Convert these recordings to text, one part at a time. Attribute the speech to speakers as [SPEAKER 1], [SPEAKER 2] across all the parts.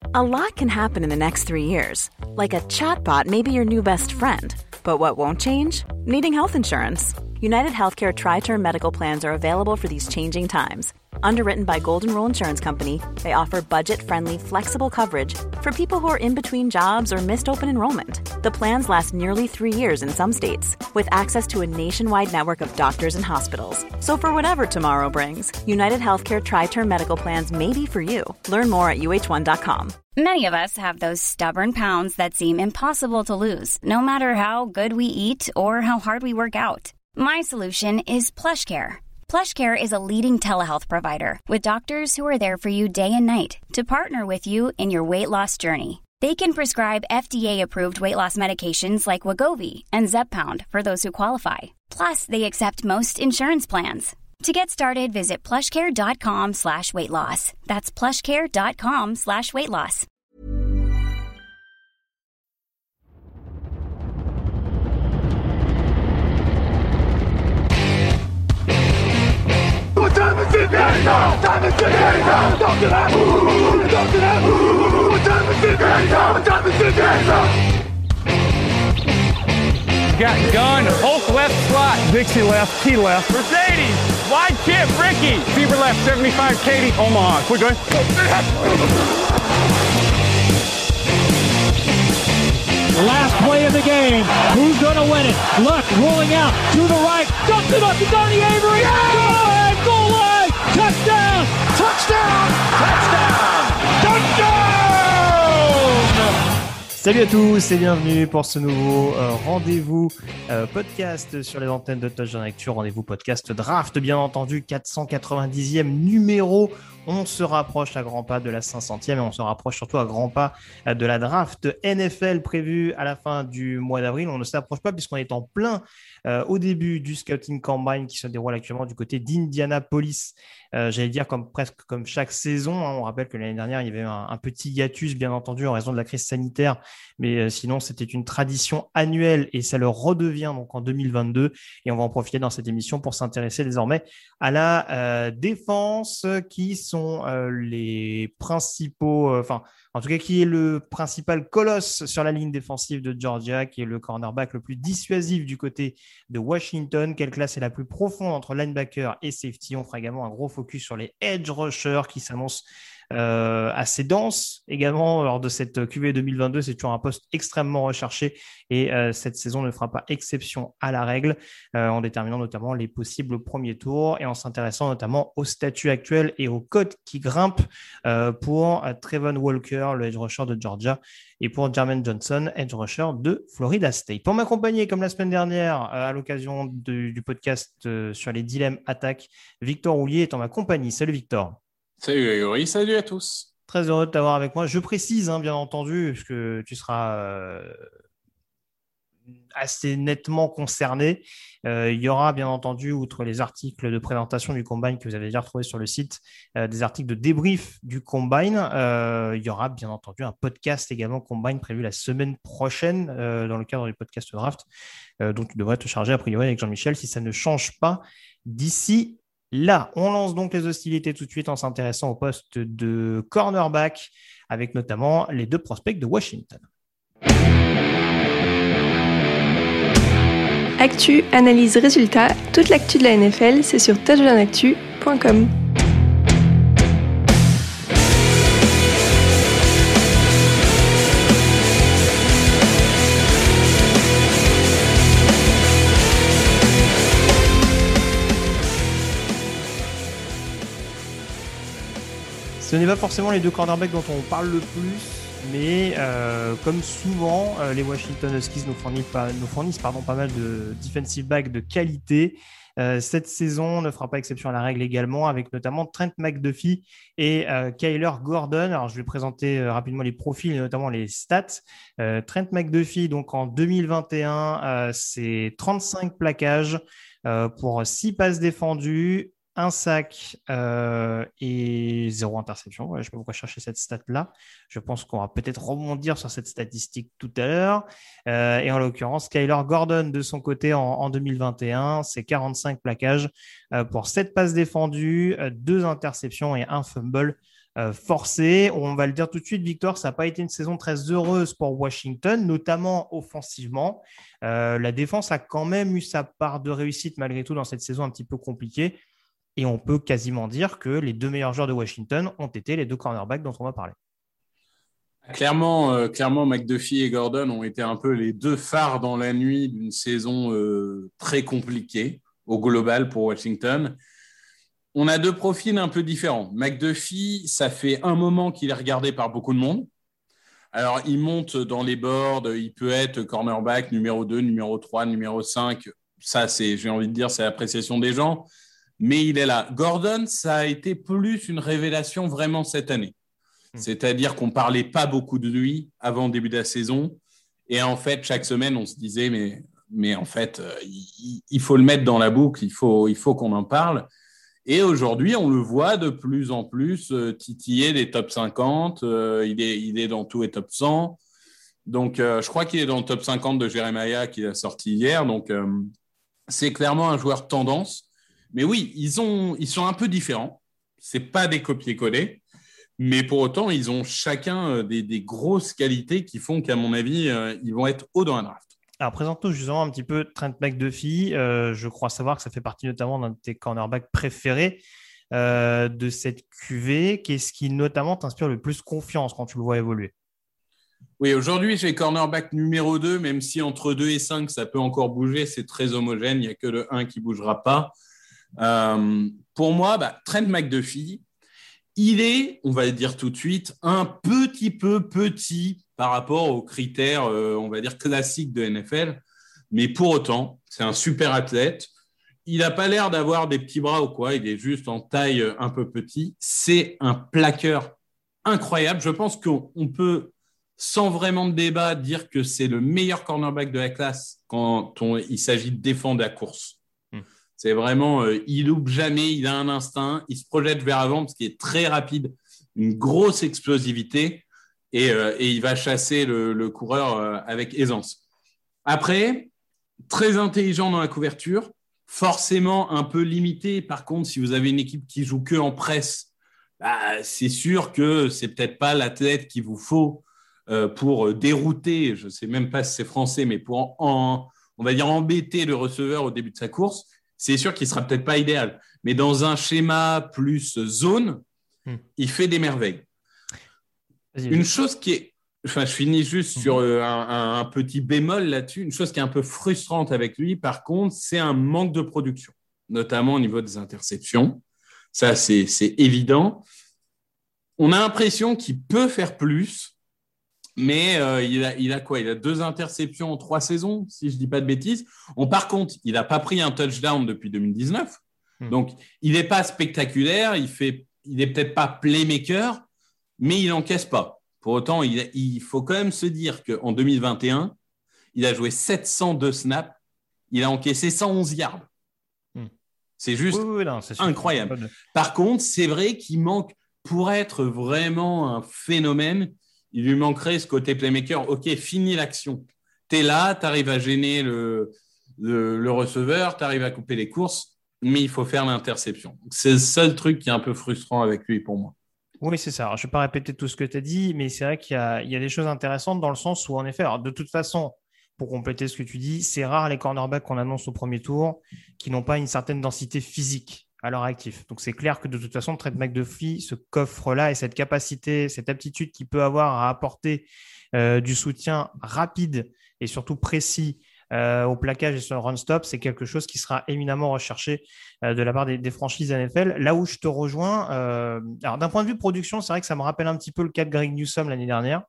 [SPEAKER 1] A lot can happen in the next 3 years. Like a chatbot may be your new best friend. But what won't change? Needing health insurance. United Healthcare Tri-Term Medical Plans are available for these changing times. Underwritten by Golden Rule Insurance Company, they offer budget-friendly, flexible coverage for people who are in between jobs or missed open enrollment. The plans last nearly 3 years in some states, with access to a nationwide network of doctors and hospitals. So for whatever tomorrow brings, United Healthcare Tri-Term Medical Plans may be for you. Learn more at uh1.com.
[SPEAKER 2] Many of us have those stubborn pounds that seem impossible to lose, no matter how good we eat or how hard we work out. My solution is PlushCare. PlushCare is a leading telehealth provider with doctors who are there for you day and night to partner with you in your weight loss journey. They can prescribe FDA-approved weight loss medications like Wegovy and Zepbound for those who qualify. Plus, they accept most insurance plans. To get started, visit plushcare.com/weightloss. That's plushcare.com/weightloss.
[SPEAKER 3] What time is it now? Time is it now? Don't do that. Don't do that. What time is it now? What time is it now?
[SPEAKER 4] Got gun, Hulk left slot, Dixie left, T left, Mercedes, wide chip, Ricky, Fever left, 75, Katie, Omaha. We're good.
[SPEAKER 5] Last play of the game. Who's going to win it? Luck rolling out to the right. Dumps it up to Donnie Avery. Yeah! Goal line. Touchdown. Touchdown. Touchdown. Touchdown.
[SPEAKER 6] Salut à tous et bienvenue pour ce nouveau rendez-vous podcast sur les antennes de Touchdown Actu. Rendez-vous podcast draft, bien entendu, 490e numéro. On se rapproche à grands pas de la 500e et on se rapproche surtout à grands pas de la draft NFL prévue à la fin du mois d'avril. On ne s'approche pas puisqu'on est en plein au début du Scouting Combine qui se déroule actuellement du côté d'Indianapolis. J'allais dire presque comme chaque saison. On rappelle que l'année dernière, il y avait un petit hiatus, bien entendu, en raison de la crise sanitaire. Mais sinon, c'était une tradition annuelle et ça le redevient donc en 2022. Et on va en profiter dans cette émission pour s'intéresser désormais à la défense qui sont les principaux, en tout cas, qui est le principal colosse sur la ligne défensive de Georgia, qui est le cornerback le plus dissuasif du côté de Washington. Quelle classe est la plus profonde entre linebacker et safety? On fera également un gros focus sur les edge rushers qui s'annoncent assez dense également lors de cette QV 2022. C'est toujours un poste extrêmement recherché et cette saison ne fera pas exception à la règle en déterminant notamment les possibles premiers tours et en s'intéressant notamment au statut actuel et aux cotes qui grimpent pour Trevon Walker, le edge rusher de Georgia, et pour Jermaine Johnson, edge rusher de Florida State. Pour m'accompagner, comme la semaine dernière, à l'occasion du podcast sur les dilemmes attaques, Victor Roulier est en ma compagnie. Salut Victor.
[SPEAKER 7] Salut Grégory, salut à tous.
[SPEAKER 6] Très heureux de t'avoir avec moi. Je précise, bien entendu, puisque tu seras assez nettement concerné. Il y aura, bien entendu, outre les articles de présentation du Combine que vous avez déjà retrouvés sur le site, des articles de débrief du Combine. Il y aura, bien entendu, un podcast également Combine prévu la semaine prochaine dans le cadre du podcast Draft. Donc, tu devrais te charger, a priori, avec Jean-Michel, si ça ne change pas d'ici là. On lance donc les hostilités tout de suite en s'intéressant au poste de cornerback avec notamment les deux prospects de Washington.
[SPEAKER 8] Actu, analyse, résultat, toute l'actu de la NFL, c'est sur touchdownactu.com.
[SPEAKER 6] Ce n'est pas forcément les deux cornerbacks dont on parle le plus, mais comme souvent, les Washington Huskies nous fournissent pas mal de defensive backs de qualité. Cette saison ne fera pas exception à la règle également, avec notamment Trent McDuffie et Kyler Gordon. Alors, je vais présenter rapidement les profils et notamment les stats. Trent McDuffie, donc en 2021, c'est 35 plaquages pour 6 passes défendues, 1 sac et 0 interception. Ouais, je ne sais pas pourquoi chercher cette stat-là. Je pense qu'on va peut-être rebondir sur cette statistique tout à l'heure. Et en l'occurrence, Kyler Gordon, de son côté, en 2021, c'est 45 plaquages pour 7 passes défendues, 2 interceptions et 1 fumble forcé. On va le dire tout de suite, Victor, ça n'a pas été une saison très heureuse pour Washington, notamment offensivement. La défense a quand même eu sa part de réussite malgré tout dans cette saison un petit peu compliquée. Et on peut quasiment dire que les deux meilleurs joueurs de Washington ont été les deux cornerbacks dont on va parler.
[SPEAKER 7] Clairement, McDuffie et Gordon ont été un peu les deux phares dans la nuit d'une saison très compliquée au global pour Washington. On a deux profils un peu différents. McDuffie, ça fait un moment qu'il est regardé par beaucoup de monde. Alors, il monte dans les boards, il peut être cornerback numéro 2, numéro 3, numéro 5. Ça, j'ai envie de dire, c'est l'appréciation des gens. Mais il est là. Gordon, ça a été plus une révélation vraiment cette année. C'est-à-dire qu'on ne parlait pas beaucoup de lui avant le début de la saison. Et en fait, chaque semaine, on se disait, mais en fait, il faut le mettre dans la boucle, il faut qu'on en parle. Et aujourd'hui, on le voit de plus en plus titiller les top 50. Il est dans tous les top 100. Donc, je crois qu'il est dans le top 50 de Jeremiah qu'il a sorti hier. Donc, c'est clairement un joueur tendance. Mais oui, ils sont un peu différents. Ce n'est pas des copier-coller. Mais pour autant, ils ont chacun des grosses qualités qui font qu'à mon avis, ils vont être haut dans la draft.
[SPEAKER 6] Alors, présente-nous justement un petit peu Trent McDuffie. Je crois savoir que ça fait partie notamment d'un de tes cornerbacks préférés de cette QV. Qu'est-ce qui notamment t'inspire le plus confiance quand tu le vois évoluer?
[SPEAKER 7] Oui, aujourd'hui, j'ai cornerback numéro 2, même si entre 2 et 5, ça peut encore bouger. C'est très homogène. Il n'y a que le 1 qui ne bougera pas. Pour moi, Trent McDuffie, il est, on va le dire tout de suite, un petit peu petit par rapport aux critères, on va dire, classiques de NFL. Mais pour autant, c'est un super athlète. Il n'a pas l'air d'avoir des petits bras ou quoi. Il est juste en taille un peu petit. C'est un plaqueur incroyable. Je pense qu'on peut, sans vraiment de débat, dire que c'est le meilleur cornerback de la classe quand il s'agit de défendre la course. C'est vraiment, il loupe jamais, il a un instinct, il se projette vers avant parce qu'il est très rapide, une grosse explosivité et il va chasser le coureur avec aisance. Après, très intelligent dans la couverture, forcément un peu limité. Par contre, si vous avez une équipe qui joue que en presse, c'est sûr que c'est peut-être pas l'athlète qu'il vous faut pour dérouter, je sais même pas si c'est français, mais pour on va dire embêter le receveur au début de sa course. C'est sûr qu'il ne sera peut-être pas idéal. Mais dans un schéma plus zone, il fait des merveilles. Une chose qui est... Enfin, je finis juste sur un petit bémol là-dessus. Une chose qui est un peu frustrante avec lui, par contre, c'est un manque de production, notamment au niveau des interceptions. Ça, c'est évident. On a l'impression qu'il peut faire plus, mais il a quoi? Il a 2 interceptions en 3 saisons, si je ne dis pas de bêtises. Par contre, il n'a pas pris un touchdown depuis 2019. Donc, il n'est pas spectaculaire. Il n'est peut-être pas playmaker, mais il n'encaisse pas. Pour autant, il faut quand même se dire qu'en 2021, il a joué 702 snaps. Il a encaissé 111 yards. C'est juste c'est incroyable. Par contre, c'est vrai qu'il manque, pour être vraiment un phénomène, il lui manquerait ce côté playmaker. OK, finis l'action. Tu es là, tu arrives à gêner le receveur, tu arrives à couper les courses, mais il faut faire l'interception. C'est le seul truc qui est un peu frustrant avec lui pour moi.
[SPEAKER 6] Oui, c'est ça. Alors, je ne vais pas répéter tout ce que tu as dit, mais c'est vrai qu'il y a des choses intéressantes dans le sens où, en effet, alors, de toute façon, pour compléter ce que tu dis, c'est rare les cornerbacks qu'on annonce au premier tour qui n'ont pas une certaine densité physique à leur actif. Donc, c'est clair que de toute façon, Trent McDuffie, ce coffre-là et cette capacité, cette aptitude qu'il peut avoir à apporter du soutien rapide et surtout précis au plaquage et sur le run-stop, c'est quelque chose qui sera éminemment recherché de la part des franchises NFL. Là où je te rejoins, alors d'un point de vue production, c'est vrai que ça me rappelle un petit peu le cas de Greg Newsome l'année dernière,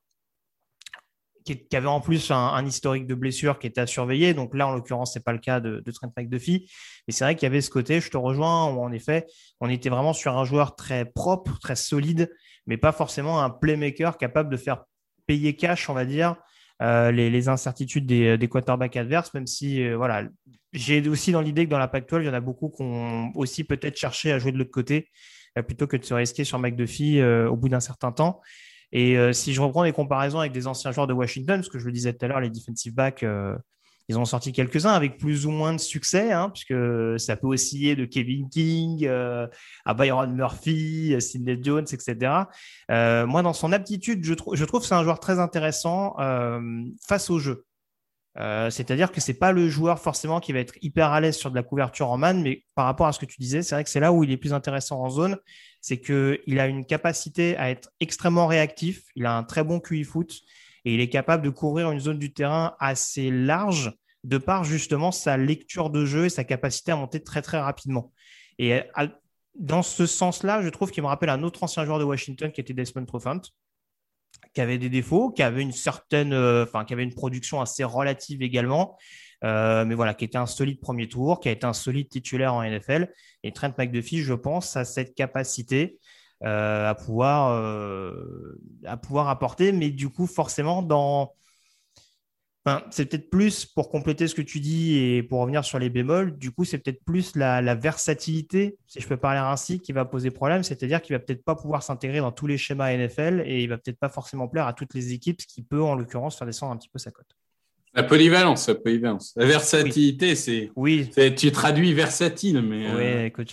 [SPEAKER 6] qui avait en plus un historique de blessure qui était à surveiller. Donc là, en l'occurrence, ce n'est pas le cas de Trent McDuffie. Mais c'est vrai qu'il y avait ce côté, je te rejoins, où en effet, on était vraiment sur un joueur très propre, très solide, mais pas forcément un playmaker capable de faire payer cash, on va dire, les incertitudes des quarterbacks adverses, même si j'ai aussi dans l'idée que dans la Pac-12, il y en a beaucoup qui ont aussi peut-être cherché à jouer de l'autre côté plutôt que de se risquer sur McDuffie au bout d'un certain temps. Et si je reprends des comparaisons avec des anciens joueurs de Washington, parce que je le disais tout à l'heure, les defensive backs, Ils ont sorti quelques-uns avec plus ou moins de succès, hein, puisque ça peut osciller de Kevin King à Byron Murphy, Sidney Jones, etc. Moi, dans son aptitude, je trouve que c'est un joueur très intéressant face au jeu. C'est-à-dire que c'est pas le joueur forcément qui va être hyper à l'aise sur de la couverture en man, mais par rapport à ce que tu disais, c'est vrai que c'est là où il est plus intéressant en zone, c'est qu'il a une capacité à être extrêmement réactif, il a un très bon QI foot et il est capable de couvrir une zone du terrain assez large de par justement sa lecture de jeu et sa capacité à monter très très rapidement. Et dans ce sens-là, je trouve qu'il me rappelle un autre ancien joueur de Washington qui était Desmond Trufant, qui avait des défauts, qui avait qui avait une production assez relative également, mais voilà, qui était un solide premier tour, qui a été un solide titulaire en NFL. Et Trent McDuffie, je pense, a cette capacité à pouvoir apporter, mais du coup, forcément, c'est peut-être plus, pour compléter ce que tu dis et pour revenir sur les bémols, du coup, c'est peut-être plus la versatilité, si je peux parler ainsi, qui va poser problème. C'est-à-dire qu'il ne va peut-être pas pouvoir s'intégrer dans tous les schémas NFL et il ne va peut-être pas forcément plaire à toutes les équipes, ce qui peut, en l'occurrence, faire descendre un petit peu sa cote.
[SPEAKER 7] La polyvalence. La versatilité,
[SPEAKER 6] oui.
[SPEAKER 7] Tu traduis versatile, mais…
[SPEAKER 6] Oui, écoute,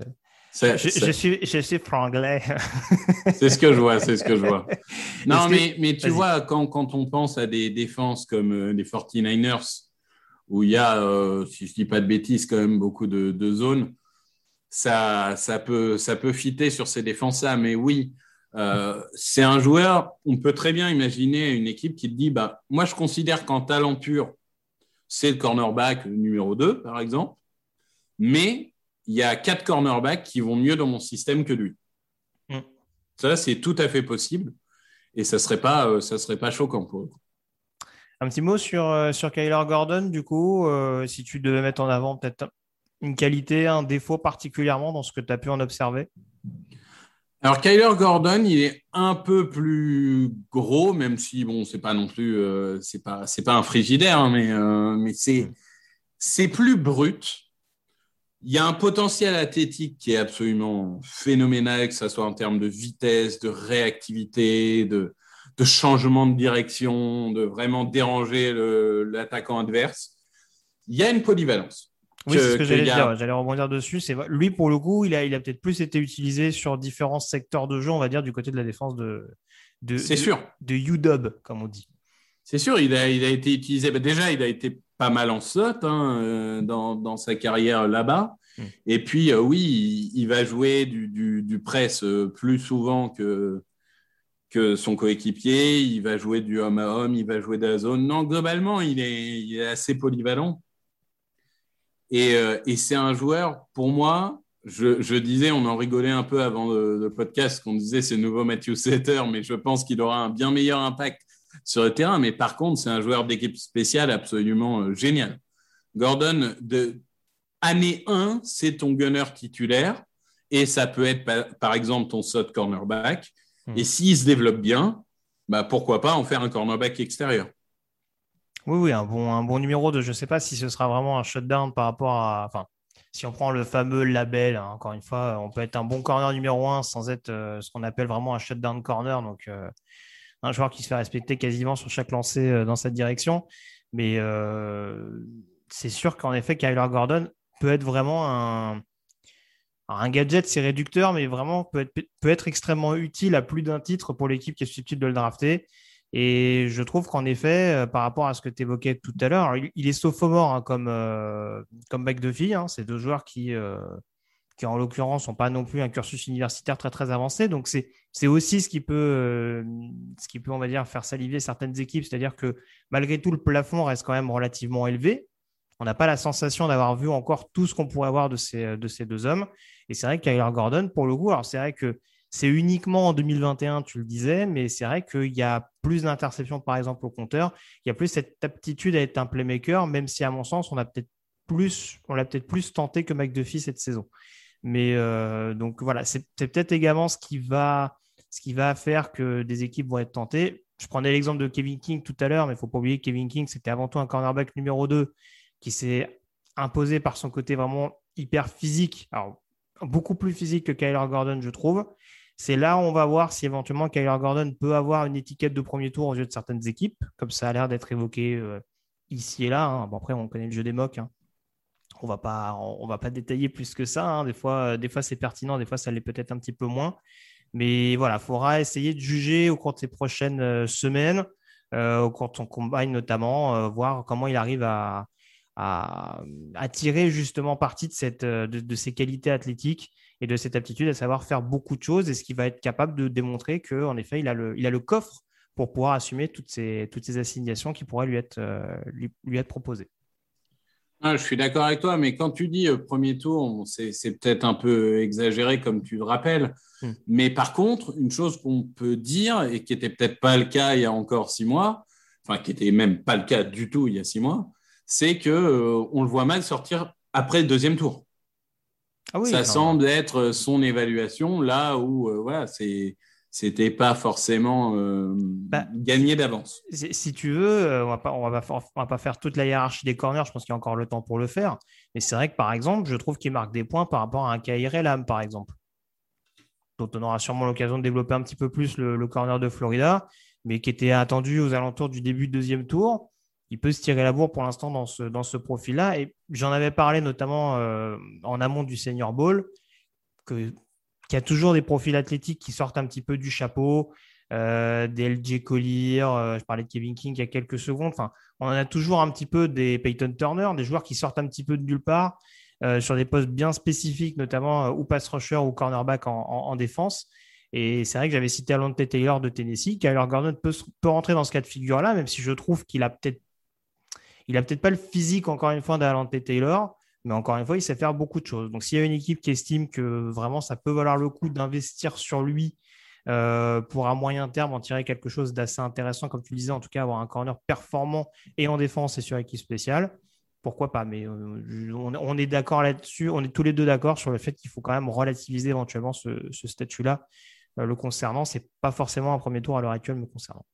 [SPEAKER 6] je suis franglais.
[SPEAKER 7] C'est ce que je vois. Non, mais tu vois, quand on pense à des défenses comme les 49ers, où il y a, si je ne dis pas de bêtises, quand même beaucoup de zones, ça peut fitter sur ces défenses-là. Mais oui, c'est un joueur, on peut très bien imaginer une équipe qui te dit, moi, je considère qu'en talent pur, c'est le cornerback numéro 2, par exemple, mais il y a 4 cornerbacks qui vont mieux dans mon système que lui. Ça, c'est tout à fait possible et ça serait pas choquant pour eux.
[SPEAKER 6] Un petit mot sur Kyler Gordon, du coup, si tu devais mettre en avant peut-être une qualité, un défaut particulièrement dans ce que tu as pu en observer.
[SPEAKER 7] Alors, Kyler Gordon, il est un peu plus gros, même si, bon, c'est pas non plus, c'est pas un frigidaire, hein, mais c'est plus brut. Il y a un potentiel athlétique qui est absolument phénoménal, que ce soit en termes de vitesse, de réactivité, de changement de direction, de vraiment déranger l'attaquant adverse. Il y a une polyvalence.
[SPEAKER 6] Oui, c'est ce que j'allais dire. J'allais rebondir dessus. Lui, pour le coup, il a peut-être plus été utilisé sur différents secteurs de jeu, on va dire, du côté de la défense de UW, comme on dit.
[SPEAKER 7] C'est sûr, il a été utilisé. Déjà, il a été pas mal en slot dans sa carrière là-bas. Et puis, oui, il va jouer du press plus souvent que son coéquipier. Il va jouer du homme à homme, il va jouer de la zone. Non, globalement, il est assez polyvalent. Et c'est un joueur, pour moi, je disais, on en rigolait un peu avant le podcast, qu'on disait c'est le nouveau Matthew Slater, mais je pense qu'il aura un bien meilleur impact sur le terrain. Mais par contre, c'est un joueur d'équipe spéciale absolument génial. Gordon, année 1, c'est ton gunner titulaire et ça peut être, par exemple, ton slot cornerback. Et s'il se développe bien, pourquoi pas en faire un cornerback extérieur.
[SPEAKER 6] Oui, un bon numéro 2. Je ne sais pas si ce sera vraiment un shutdown par rapport à… Enfin, si on prend le fameux label, hein, encore une fois, on peut être un bon corner numéro 1 sans être ce qu'on appelle vraiment un shutdown corner. Donc, un joueur qui se fait respecter quasiment sur chaque lancé dans cette direction. Mais c'est sûr qu'en effet, Kyler Gordon peut être vraiment un gadget, c'est réducteur, mais vraiment peut être extrêmement utile à plus d'un titre pour l'équipe qui est susceptible de le drafter. Et je trouve qu'en effet, par rapport à ce que tu évoquais tout à l'heure, il est sophomore, hein, comme McDuffie. Hein, c'est deux joueurs qui en l'occurrence, n'ont pas non plus un cursus universitaire très, très avancé. Donc, c'est aussi ce qui peut, on va dire, faire saliver certaines équipes. C'est-à-dire que malgré tout, le plafond reste quand même relativement élevé. On n'a pas la sensation d'avoir vu encore tout ce qu'on pourrait avoir de ces deux hommes. Et c'est vrai que Kyler Gordon, pour le coup, alors c'est vrai que c'est uniquement en 2021, tu le disais, mais c'est vrai qu'il y a plus d'interceptions, par exemple, au compteur. Il y a plus cette aptitude à être un playmaker, même si, à mon sens, on l'a peut-être plus tenté que McDuffie cette saison. Mais donc voilà, c'est peut-être également ce qui va faire que des équipes vont être tentées. Je prenais l'exemple de Kevin King tout à l'heure, mais il ne faut pas oublier que Kevin King, c'était avant tout un cornerback numéro 2 qui s'est imposé par son côté vraiment hyper physique. Alors, beaucoup plus physique que Kyler Gordon, je trouve. C'est là où on va voir si éventuellement Kyler Gordon peut avoir une étiquette de premier tour aux yeux de certaines équipes, comme ça a l'air d'être évoqué ici et là. Hein. Bon, après, on connaît le jeu des mocks. Hein. On va pas détailler plus que ça. Hein. Des fois, c'est pertinent, des fois, ça l'est peut-être un petit peu moins. Mais voilà, il faudra essayer de juger au cours de ces prochaines semaines, au cours de son combine notamment, voir comment il arrive à tirer justement parti de ses qualités athlétiques et de cette aptitude à savoir faire beaucoup de choses et ce qu'il va être capable de démontrer qu'en effet, il a le coffre pour pouvoir assumer toutes ces assignations qui pourraient lui être proposées.
[SPEAKER 7] Ah, je suis d'accord avec toi, mais quand tu dis premier tour, c'est peut-être un peu exagéré comme tu le rappelles. Mais par contre, une chose qu'on peut dire et qui n'était peut-être pas le cas il y a encore 6 mois, enfin qui n'était même pas le cas du tout il y a 6 mois, c'est qu'on le voit mal sortir après le deuxième tour. Ah oui, ça semble être son évaluation là où c'était pas forcément gagné d'avance.
[SPEAKER 6] Si tu veux, on va pas faire toute la hiérarchie des corners. Je pense qu'il y a encore le temps pour le faire. Mais c'est vrai que par exemple, je trouve qu'il marque des points par rapport à un Kaiir Elam, par exemple, dont on aura sûrement l'occasion de développer un petit peu plus le corner de Florida, mais qui était attendu aux alentours du début de deuxième tour. Il peut se tirer la bourre pour l'instant dans ce profil-là. Et j'en avais parlé notamment en amont du Senior Bowl, qu'il y a toujours des profils athlétiques qui sortent un petit peu du chapeau, des LJ Collier, je parlais de Kevin King il y a quelques secondes. Enfin, on en a toujours un petit peu des Peyton Turner, des joueurs qui sortent un petit peu de nulle part sur des postes bien spécifiques, notamment ou pass rusher ou cornerback en défense. Et c'est vrai que j'avais cité Alonte Taylor de Tennessee. Kyler Gordon peut rentrer dans ce cas de figure-là, même si je trouve qu'il a peut-être pas le physique, encore une fois, d'Alonte Taylor, mais encore une fois, il sait faire beaucoup de choses. Donc, s'il y a une équipe qui estime que vraiment ça peut valoir le coup d'investir sur lui pour à moyen terme en tirer quelque chose d'assez intéressant, comme tu le disais, en tout cas avoir un corner performant et en défense et sur équipe spéciale, pourquoi pas. Mais on est d'accord là-dessus, on est tous les deux d'accord sur le fait qu'il faut quand même relativiser éventuellement ce statut-là le concernant. C'est pas forcément un premier tour à l'heure actuelle me concernant.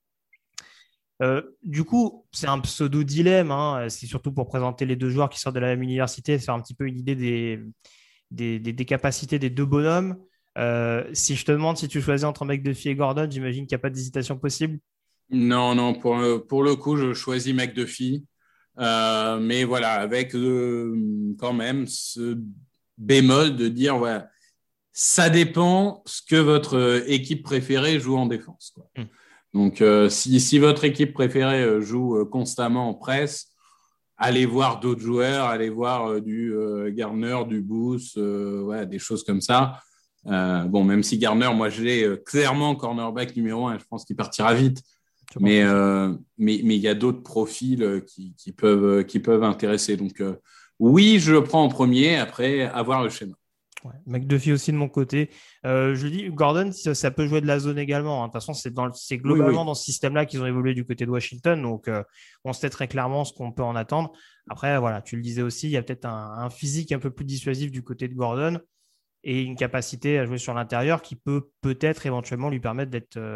[SPEAKER 6] Du coup, c'est un pseudo-dilemme. Hein. C'est surtout pour présenter les deux joueurs qui sortent de la même université, faire un petit peu une idée des capacités des deux bonhommes. Si je te demande si tu choisis entre McDuffie et Gordon, j'imagine qu'il n'y a pas d'hésitation possible.
[SPEAKER 7] Non, pour le coup, je choisis McDuffie. Mais voilà, avec quand même ce bémol de dire, voilà, ça dépend ce que votre équipe préférée joue en défense, quoi. Donc, si votre équipe préférée joue constamment en presse, allez voir d'autres joueurs, allez voir du Gardner, du Booth, des choses comme ça. Même si Gardner, moi, je l'ai clairement cornerback numéro 1, je pense qu'il partira vite. Mais il y a d'autres profils qui peuvent intéresser. Donc, oui, je le prends en premier, après avoir le schéma.
[SPEAKER 6] Ouais. McDuffie aussi de mon côté. Je dis Gordon, ça peut jouer de la zone également. Hein. De toute façon, c'est globalement dans ce système-là qu'ils ont évolué du côté de Washington. Donc, on sait très clairement ce qu'on peut en attendre. Après, voilà, tu le disais aussi, il y a peut-être un physique un peu plus dissuasif du côté de Gordon et une capacité à jouer sur l'intérieur qui peut-être éventuellement lui permettre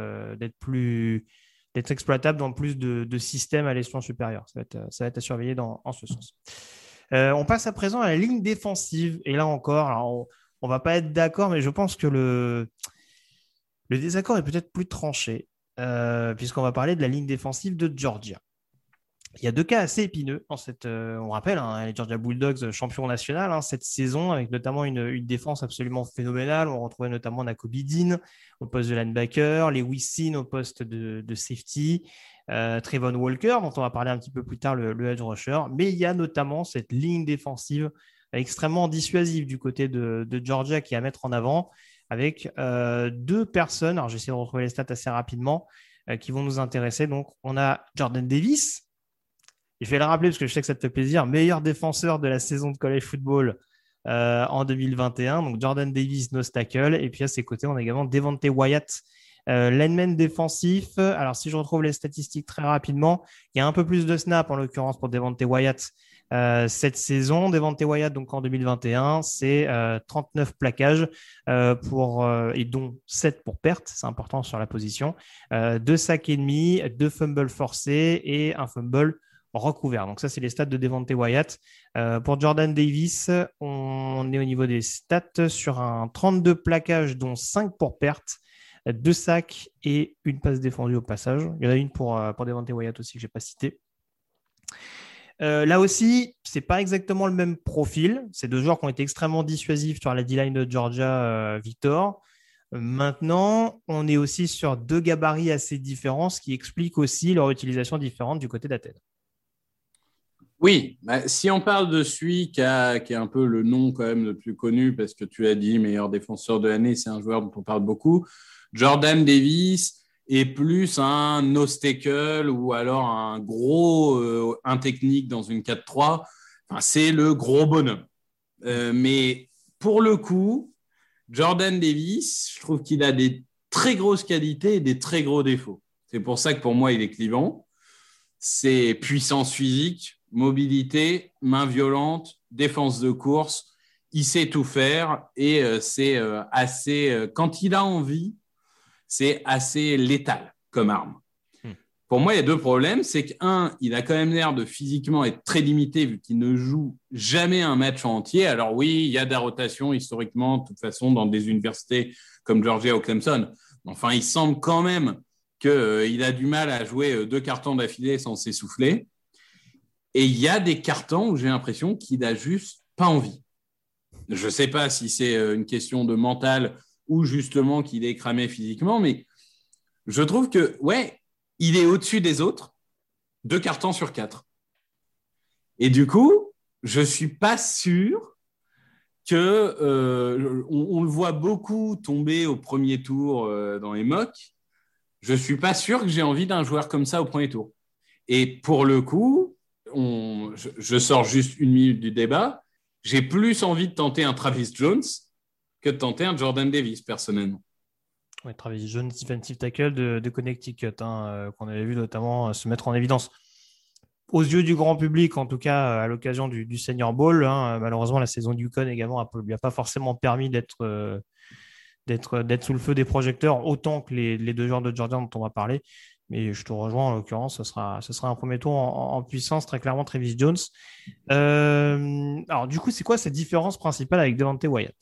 [SPEAKER 6] d'être exploitable dans plus de systèmes à l'échelon supérieur. Ça va être à surveiller en ce sens. On passe à présent à la ligne défensive. Et là encore, alors on ne va pas être d'accord, mais je pense que le désaccord est peut-être plus tranché, puisqu'on va parler de la ligne défensive de Georgia. Il y a deux cas assez épineux on rappelle, les Georgia Bulldogs champions national cette saison, avec notamment une défense absolument phénoménale. On retrouvait notamment Nakobe Dean au poste de linebacker, Lewis Sin au poste de safety, Trayvon Walker, dont on va parler un petit peu plus tard, le edge rusher. Mais il y a notamment cette ligne défensive extrêmement dissuasive du côté de Georgia qui est à mettre en avant, avec deux personnes, alors j'essaie de retrouver les stats assez rapidement, qui vont nous intéresser. Donc, on a Jordan Davis. Je vais le rappeler parce que je sais que ça te fait plaisir. Meilleur défenseur de la saison de college football en 2021. Donc Jordan Davis, nose tackle. Et puis à ses côtés, on a également Devonte Wyatt, lineman défensif. Alors si je retrouve les statistiques très rapidement, il y a un peu plus de snaps en l'occurrence pour Devonte Wyatt cette saison. Devonte Wyatt, donc en 2021, c'est 39 plaquages et dont 7 pour perte. C'est important sur la position. 2 sacs et demi, 2 fumbles forcés et un fumble recouvert. Donc ça, c'est les stats de Devonte Wyatt. Pour Jordan Davis, on est au niveau des stats sur un 32 plaquages, dont 5 pour perte, 2 sacs et une passe défendue au passage. Il y en a une pour Devonte Wyatt aussi que je n'ai pas cité. Là aussi, c'est pas exactement le même profil. C'est deux joueurs qui ont été extrêmement dissuasifs sur la D-line de Georgia, Victor. Maintenant, on est aussi sur deux gabarits assez différents, ce qui explique aussi leur utilisation différente du côté d'Athènes.
[SPEAKER 7] Oui, si on parle de celui qui est un peu le nom quand même le plus connu, parce que tu as dit meilleur défenseur de l'année, c'est un joueur dont on parle beaucoup, Jordan Davis est plus un nose tackle ou alors un gros un technique dans une 4-3. Enfin, c'est le gros bonhomme. Mais pour le coup, Jordan Davis, je trouve qu'il a des très grosses qualités et des très gros défauts. C'est pour ça que pour moi, il est clivant. C'est puissance physique, mobilité, main violente, défense de course. Il sait tout faire et c'est assez… quand il a envie, c'est assez létal comme arme. Pour moi, il y a deux problèmes. C'est qu'un, il a quand même l'air de physiquement être très limité vu qu'il ne joue jamais un match en entier. Alors oui, il y a de la rotation historiquement, de toute façon, dans des universités comme Georgia ou Clemson. Enfin, il semble quand même qu'il a du mal à jouer 2 cartons d'affilée sans s'essouffler. Et il y a des cartons où j'ai l'impression qu'il n'a juste pas envie. Je ne sais pas si c'est une question de mental ou justement qu'il est cramé physiquement, mais je trouve que, ouais, il est au-dessus des autres, 2 cartons sur 4. Et du coup, je ne suis pas sûr que… on le voit beaucoup tomber au premier tour dans les mocks. Je ne suis pas sûr que j'ai envie d'un joueur comme ça au premier tour. Et pour le coup, je sors juste 1 minute du débat, j'ai plus envie de tenter un Travis Jones que de tenter un Jordan Davis, personnellement.
[SPEAKER 6] Oui, Travis Jones, defensive tackle de Connecticut, qu'on avait vu notamment se mettre en évidence aux yeux du grand public, en tout cas à l'occasion du Senior Bowl. Malheureusement, la saison du UConn également ne lui a pas forcément permis d'être sous le feu des projecteurs, autant que les deux joueurs de Georgia dont on va parler. Mais je te rejoins, en l'occurrence, ce sera un premier tour en puissance, très clairement, Travis Jones. Alors, du coup, c'est quoi cette différence principale avec Devonte Wyatt?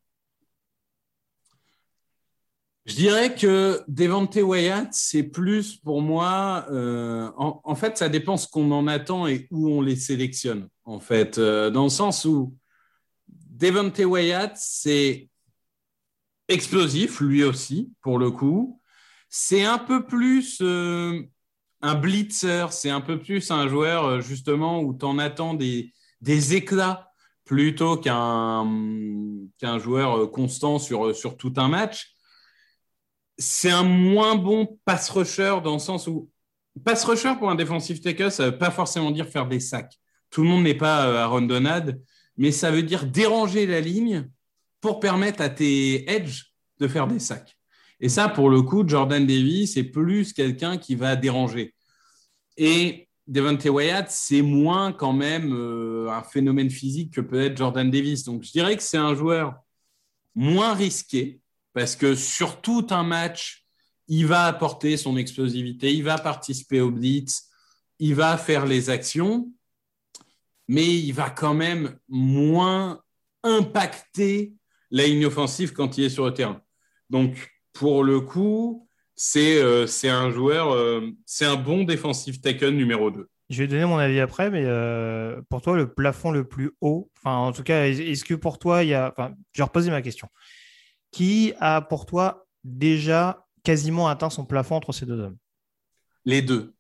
[SPEAKER 7] Je dirais que Devonte Wyatt, c'est plus pour moi… en fait, ça dépend ce qu'on en attend et où on les sélectionne, en fait. Dans le sens où Devonte Wyatt, c'est explosif, lui aussi, pour le coup. C'est un peu plus un blitzer, c'est un peu plus un joueur, justement, où tu en attends des éclats plutôt qu'un joueur constant sur tout un match. C'est un moins bon pass rusher dans le sens où pass rusher pour un defensive tackle, ça ne veut pas forcément dire faire des sacs. Tout le monde n'est pas Aaron Donald, mais ça veut dire déranger la ligne pour permettre à tes edges de faire des sacs. Et ça, pour le coup, Jordan Davis, c'est plus quelqu'un qui va déranger. Et Devonte Wyatt, c'est moins quand même un phénomène physique que peut être Jordan Davis. Donc, je dirais que c'est un joueur moins risqué, parce que sur tout un match, il va apporter son explosivité, il va participer au blitz, il va faire les actions, mais il va quand même moins impacter la ligne offensive quand il est sur le terrain. Donc, pour le coup, c'est un joueur, c'est un bon defensive tackle numéro 2.
[SPEAKER 6] Je vais donner mon avis après, mais pour toi, le plafond le plus haut, enfin, en tout cas, est-ce que pour toi, il y a… Enfin, je vais reposer ma question. Qui a pour toi déjà quasiment atteint son plafond entre ces deux hommes?
[SPEAKER 7] Les deux.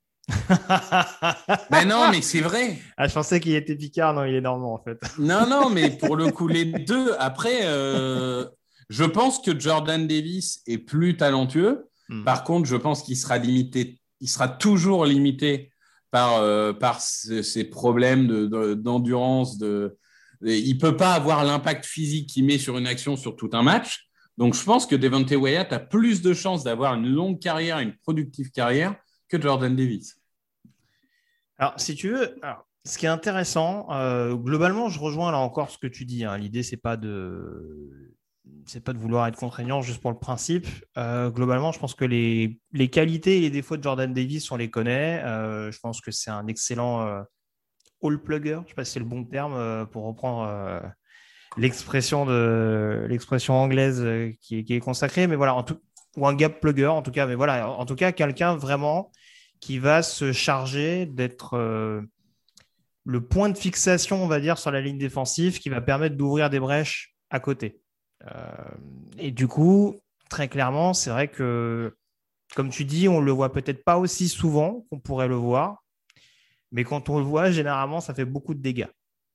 [SPEAKER 7] Ben non, mais c'est vrai.
[SPEAKER 6] Ah, je pensais qu'il était Picard, non, il est normand en fait.
[SPEAKER 7] Non, mais pour le coup, les deux. Après, je pense que Jordan Davis est plus talentueux. Par contre, je pense qu'il sera limité. Il sera toujours limité par ces problèmes d'endurance. Il ne peut pas avoir l'impact physique qu'il met sur une action sur tout un match. Donc, je pense que Devonte Wyatt a plus de chances d'avoir une longue carrière, une productive carrière que Jordan Davis.
[SPEAKER 6] Alors, si tu veux, ce qui est intéressant, globalement, je rejoins là encore ce que tu dis. L'idée, c'est pas de vouloir être contraignant juste pour le principe. Globalement, je pense que les qualités et les défauts de Jordan Davis, on les connaît. Je pense que c'est un excellent all-plugger. Je ne sais pas si c'est le bon terme pour reprendre l'expression anglaise qui est consacrée, mais voilà, ou un gap plugger en tout cas. Mais voilà, en tout cas, quelqu'un vraiment qui va se charger d'être le point de fixation, on va dire, sur la ligne défensive qui va permettre d'ouvrir des brèches à côté. Et du coup, très clairement, c'est vrai que, comme tu dis, on ne le voit peut-être pas aussi souvent qu'on pourrait le voir, mais quand on le voit, généralement, ça fait beaucoup de dégâts.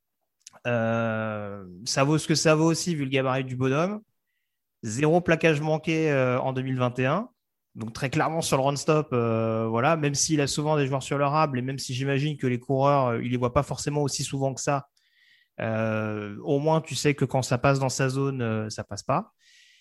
[SPEAKER 6] Ça vaut ce que ça vaut aussi, vu le gabarit du bonhomme. 0 plaquage manqué en 2021. Donc très clairement sur le run-stop, voilà, même s'il a souvent des joueurs sur le rable et même si j'imagine que les coureurs, il ne les voit pas forcément aussi souvent que ça, au moins tu sais que quand ça passe dans sa zone, ça ne passe pas.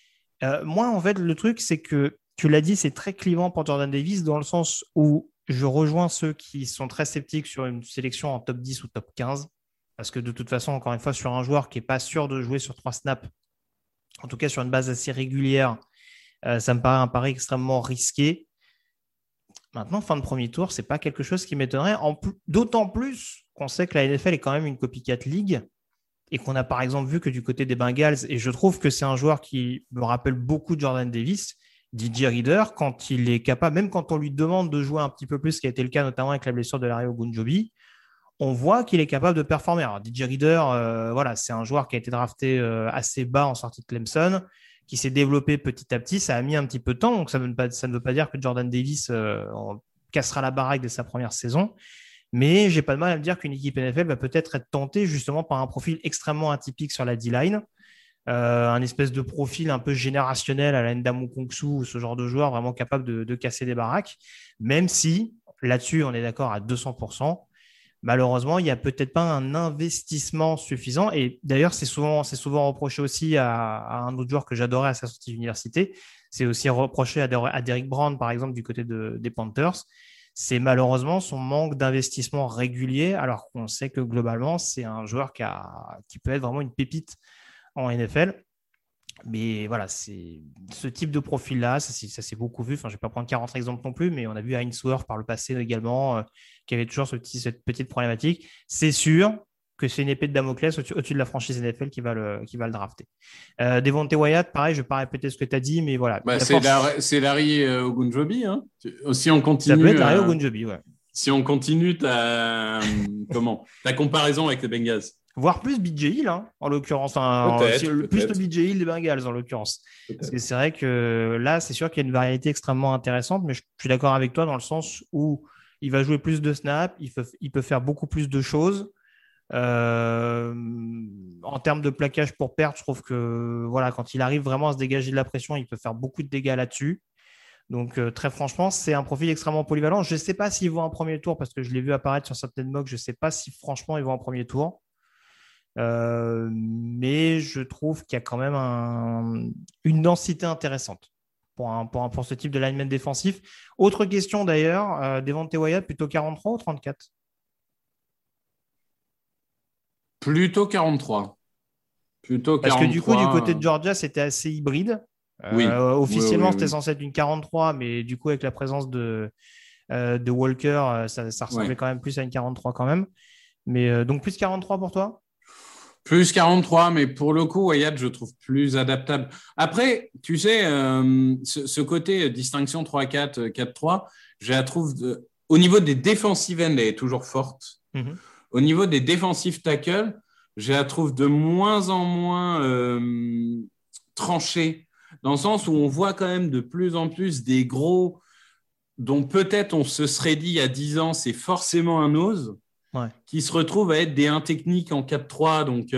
[SPEAKER 6] Moi, en fait, le truc, c'est que tu l'as dit, c'est très clivant pour Jordan Davis dans le sens où je rejoins ceux qui sont très sceptiques sur une sélection en top 10 ou top 15 parce que de toute façon, encore une fois, sur un joueur qui n'est pas sûr de jouer sur 3 snaps, en tout cas sur une base assez régulière, ça me paraît un pari extrêmement risqué. Maintenant, fin de premier tour, ce n'est pas quelque chose qui m'étonnerait. D'autant plus qu'on sait que la NFL est quand même une copycat league et qu'on a par exemple vu que du côté des Bengals, et je trouve que c'est un joueur qui me rappelle beaucoup de Jordan Davis, DJ Reader, quand il est capable, même quand on lui demande de jouer un petit peu plus, ce qui a été le cas notamment avec la blessure de Larry Ogunjobi, on voit qu'il est capable de performer. Alors, DJ Reader, voilà, c'est un joueur qui a été drafté assez bas en sortie de Clemson, qui s'est développé petit à petit. Ça a mis un petit peu de temps, donc ça ne veut pas dire que Jordan Davis cassera la baraque dès sa première saison. Mais j'ai pas de mal à me dire qu'une équipe NFL va peut-être être tentée justement par un profil extrêmement atypique sur la D-line. Un espèce de profil un peu générationnel à la Ndamukong Kongsu ou ce genre de joueur vraiment capable de casser des baraques. Même si, là-dessus, on est d'accord à 200%. Malheureusement, il n'y a peut-être pas un investissement suffisant. Et d'ailleurs, c'est souvent reproché aussi à un autre joueur que j'adorais à sa sortie d'université. C'est aussi reproché à Derrick Brown, par exemple, du côté des Panthers. C'est malheureusement son manque d'investissement régulier, alors qu'on sait que globalement, c'est un joueur qui peut être vraiment une pépite en NFL. Mais voilà, c'est ce type de profil-là, ça s'est beaucoup vu. Enfin, je ne vais pas prendre 40 exemples non plus, mais on a vu Ainsworth par le passé également, qui avait toujours cette petite problématique. C'est sûr que c'est une épée de Damoclès au-dessus de la franchise NFL qui va le drafter. Devontae Wyatt, pareil, je ne vais pas répéter ce que tu as dit, mais voilà.
[SPEAKER 7] C'est Larry Ogunjobi. Hein. Si on continue,
[SPEAKER 6] ça peut être Larry Ogunjobi, ouais.
[SPEAKER 7] Si on continue ta comparaison avec les Bengals.
[SPEAKER 6] Voire plus BJ Hill, hein, en l'occurrence. Plus le BJ Hill des Bengals, en l'occurrence. Parce que c'est vrai que là, c'est sûr qu'il y a une variété extrêmement intéressante, mais je suis d'accord avec toi dans le sens où il va jouer plus de snaps, il peut faire beaucoup plus de choses. En termes de plaquage pour perte, je trouve que voilà, quand il arrive vraiment à se dégager de la pression, il peut faire beaucoup de dégâts là-dessus. Donc, très franchement, c'est un profil extrêmement polyvalent. Je ne sais pas s'il va en premier tour, parce que je l'ai vu apparaître sur certaines mocks. Je ne sais pas si franchement il va en premier tour. Mais je trouve qu'il y a quand même une densité intéressante pour ce type de lineman défensif. Autre question d'ailleurs, Devontae Wyatt, plutôt 43 ou 34 ?
[SPEAKER 7] Plutôt 43.
[SPEAKER 6] Parce que du coup, du côté de Georgia, c'était assez hybride.
[SPEAKER 7] Oui.
[SPEAKER 6] Officiellement, c'était censé être une 43, mais du coup, avec la présence de Walker, ça ressemblait quand même plus à une 43 quand même. Mais donc, plus 43 pour toi ?
[SPEAKER 7] Plus 43, mais pour le coup, Wyatt, je trouve plus adaptable. Après, tu sais, ce côté distinction 3-4, 4-3, je la trouve, au niveau des defensive ends, elle est toujours forte. Mm-hmm. Au niveau des defensive tackles, je la trouve de moins en moins tranchée, dans le sens où on voit quand même de plus en plus des gros dont peut-être on se serait dit il y a 10 ans, c'est forcément un nose. Ouais. Qui se retrouve à être des 1 techniques en 4-3. Donc,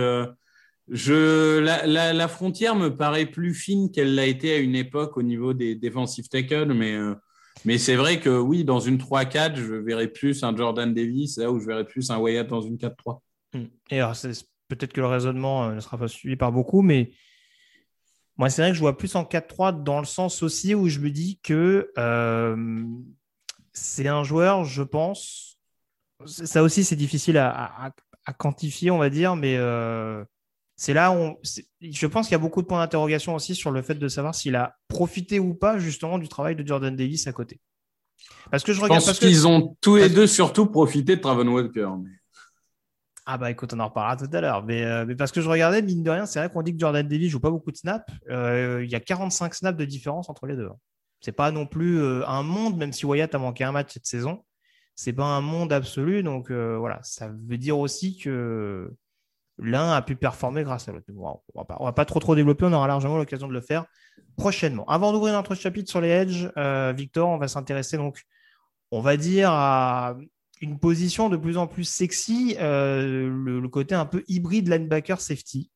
[SPEAKER 7] la frontière me paraît plus fine qu'elle l'a été à une époque au niveau des defensive tackles. Mais c'est vrai que oui, dans une 3-4, je verrais plus un Jordan Davis, là où je verrais plus un Wyatt dans une 4-3.
[SPEAKER 6] Et alors, peut-être que le raisonnement ne sera pas suivi par beaucoup, mais moi, c'est vrai que je vois plus en 4-3 dans le sens aussi où je me dis que c'est un joueur, je pense. Ça aussi, c'est difficile à quantifier, on va dire, mais c'est là où je pense qu'il y a beaucoup de points d'interrogation aussi sur le fait de savoir s'il a profité ou pas justement du travail de Jordan Davis à côté. Parce que je
[SPEAKER 7] pense qu'ils ont tous les deux surtout profité de Travon Walker. Mais...
[SPEAKER 6] Ah bah écoute, on en reparlera tout à l'heure. Mais parce que je regardais, mine de rien, c'est vrai qu'on dit que Jordan Davis joue pas beaucoup de snaps. Il y a 45 snaps de différence entre les deux. C'est pas non plus un monde, même si Wyatt a manqué un match cette saison. C'est pas un monde absolu. Donc voilà, ça veut dire aussi que l'un a pu performer grâce à l'autre. Bon, on va pas trop développer, on aura largement l'occasion de le faire prochainement. Avant d'ouvrir notre chapitre sur les edges, Victor, on va s'intéresser donc, on va dire, à une position de plus en plus sexy, le côté un peu hybride linebacker safety.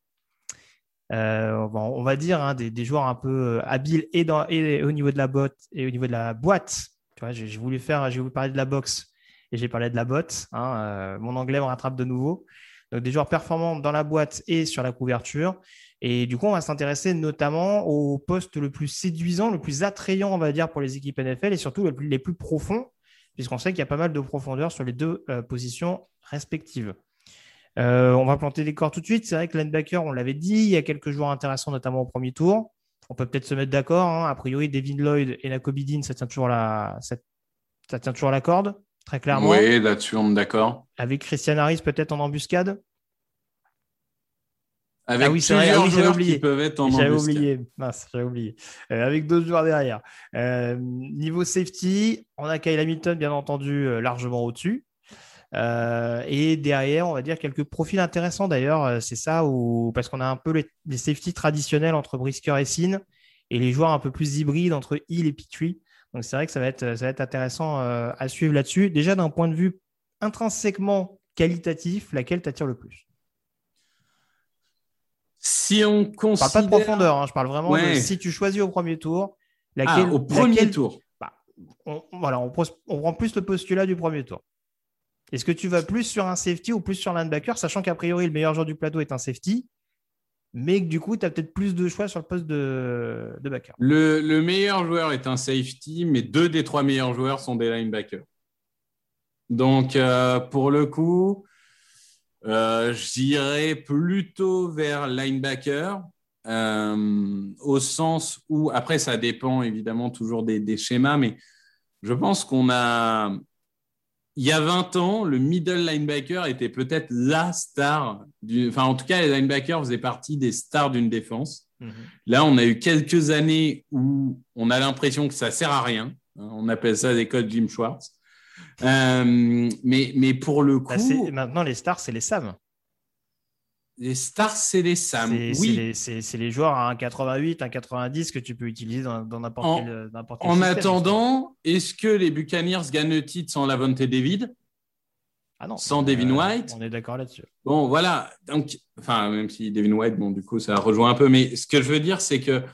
[SPEAKER 6] On va dire des joueurs un peu habiles et au niveau de la botte et au niveau de la boîte. Tu vois, j'ai voulu parler de la boxe et j'ai parlé de la botte. Mon anglais me rattrape de nouveau. Donc, des joueurs performants dans la boîte et sur la couverture. Et du coup, on va s'intéresser notamment au poste le plus séduisant, le plus attrayant, on va dire, pour les équipes NFL et surtout les plus profonds, puisqu'on sait qu'il y a pas mal de profondeur sur les deux positions respectives. On va planter les corps tout de suite. C'est vrai que linebacker, on l'avait dit, il y a quelques joueurs intéressants, notamment au premier tour. On peut peut-être se mettre d'accord. A priori, Devin Lloyd et Nakobe Dean, ça tient toujours la corde. Très clairement.
[SPEAKER 7] Oui, là-dessus, on est d'accord.
[SPEAKER 6] Avec Christian Harris, peut-être en embuscade.
[SPEAKER 7] Avec plusieurs joueurs qui peuvent être en embuscade.
[SPEAKER 6] J'avais oublié. Avec d'autres joueurs derrière. Niveau safety, on a Kyle Hamilton, bien entendu, largement au-dessus. Et derrière, on va dire quelques profils intéressants d'ailleurs. C'est ça, parce qu'on a un peu les safety traditionnels entre Brisker et Sin et les joueurs un peu plus hybrides entre Hill et Pittry. Donc, c'est vrai que ça va être intéressant à suivre là-dessus. Déjà, d'un point de vue intrinsèquement qualitatif, laquelle t'attire le plus?
[SPEAKER 7] Si on considère...
[SPEAKER 6] Je parle pas de profondeur, je parle vraiment de si tu choisis au premier tour.
[SPEAKER 7] Au premier tour.
[SPEAKER 6] On prend plus le postulat du premier tour. Est-ce que tu vas plus sur un safety ou plus sur linebacker, sachant qu'a priori, le meilleur joueur du plateau est un safety, mais que du coup, tu as peut-être plus de choix sur le poste de backer.
[SPEAKER 7] Le meilleur joueur est un safety, mais 2 des 3 meilleurs joueurs sont des linebackers. Donc, pour le coup, j'irais plutôt vers linebacker, au sens où, après, ça dépend évidemment toujours des schémas, mais je pense qu'on a... Il y a 20 ans, le middle linebacker était peut-être la star. En tout cas, les linebackers faisaient partie des stars d'une défense. Mm-hmm. Là, on a eu quelques années où on a l'impression que ça ne sert à rien. On appelle ça l'école Jim Schwartz. Mais pour le coup...
[SPEAKER 6] maintenant, les stars, c'est les Sam.
[SPEAKER 7] Les stars, c'est les Sam.
[SPEAKER 6] C'est les joueurs à 1,88, 1,90 que tu peux utiliser dans n'importe quel
[SPEAKER 7] En système, attendant, est-ce que les Buccaneers gagnent le titre sans Lavonte David?
[SPEAKER 6] Ah non.
[SPEAKER 7] Sans Devin White?
[SPEAKER 6] On est d'accord là-dessus.
[SPEAKER 7] Bon, voilà. Donc, même si Devin White, du coup, ça rejoint un peu. Mais ce que je veux dire, c'est que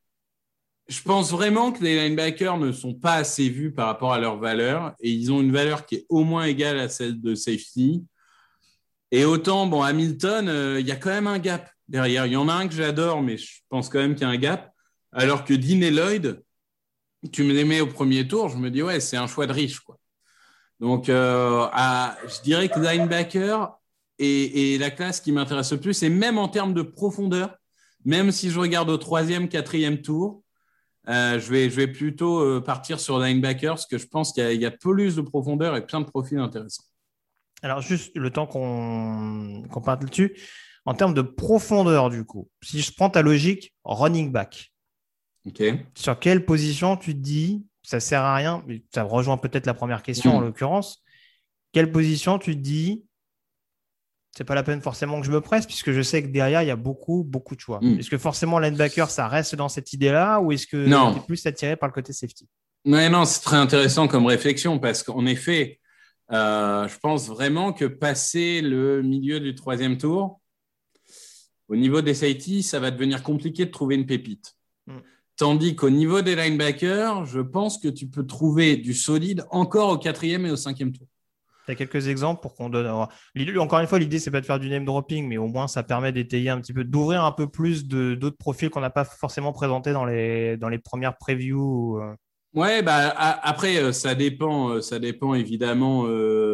[SPEAKER 7] je pense vraiment que les linebackers ne sont pas assez vus par rapport à leur valeur. Et ils ont une valeur qui est au moins égale à celle de safety. Et autant, Hamilton, il y a quand même un gap derrière. Il y en a un que j'adore, mais je pense quand même qu'il y a un gap. Alors que Dean et Lloyd, tu me les mets au premier tour, je me dis, ouais, c'est un choix de riche, quoi. Donc, je dirais que linebacker est la classe qui m'intéresse le plus. Et même en termes de profondeur, même si je regarde au 3e, 4e tour, je vais plutôt partir sur linebacker parce que je pense qu'il y a plus de profondeur et plein de profils intéressants.
[SPEAKER 6] Alors, juste le temps qu'on parle là-dessus, en termes de profondeur, du coup, si je prends ta logique, running back, sur quelle position tu te dis, ça ne sert à rien, mais ça rejoint peut-être la première question en l'occurrence, quelle position tu te dis, c'est pas la peine forcément que je me presse, puisque je sais que derrière, il y a beaucoup, beaucoup de choix. Est-ce que forcément linebacker, ça reste dans cette idée-là, ou est-ce que tu es plus attiré par le côté safety?
[SPEAKER 7] Non, c'est très intéressant comme réflexion, parce qu'en effet, je pense vraiment que passer le milieu du 3e tour, au niveau des safety, ça va devenir compliqué de trouver une pépite. Tandis qu'au niveau des linebackers, je pense que tu peux trouver du solide encore au 4e et au 5e tour.
[SPEAKER 6] Tu as quelques exemples pour qu'on donne... Encore une fois, l'idée, c'est pas de faire du name dropping, mais au moins, ça permet d'étayer un petit peu, d'ouvrir un peu plus d'autres profils qu'on n'a pas forcément présentés dans les premières previews.
[SPEAKER 7] Ouais, après, ça dépend évidemment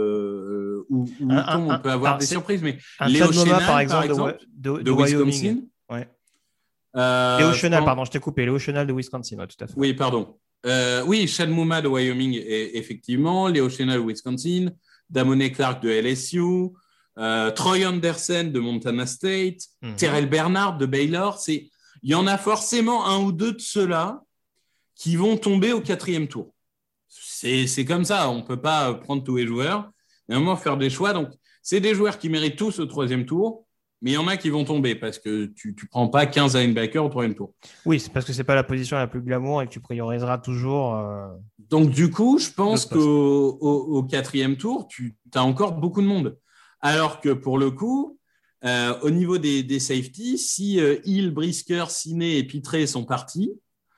[SPEAKER 7] où on peut avoir des surprises. Mais
[SPEAKER 6] Léo Chenal, par exemple, de Wisconsin. Ouais. Léo Chenal, pardon, je t'ai coupé. Léo Chenal de Wisconsin, ouais, tout à fait.
[SPEAKER 7] Oui, pardon. Chad Muma de Wyoming, effectivement. Léo Chenal de Wisconsin. Damone Clark de LSU. Troy Anderson de Montana State. Terrell Bernard de Baylor. Il y en a forcément un ou deux de ceux-là qui vont tomber au 4e tour. C'est comme ça, on ne peut pas prendre tous les joueurs et à un moment faire des choix. Donc, c'est des joueurs qui méritent tous au 3e tour, mais il y en a qui vont tomber parce que tu ne prends pas 15 linebackers au 3e tour.
[SPEAKER 6] Oui, c'est parce que ce n'est pas la position la plus glamour et que tu prioriseras toujours.
[SPEAKER 7] Donc, du coup, je pense qu'au 4e tour, tu as encore beaucoup de monde. Alors que pour le coup, au niveau des safeties, si Hill, Brisker, Ciné et Pitré sont partis,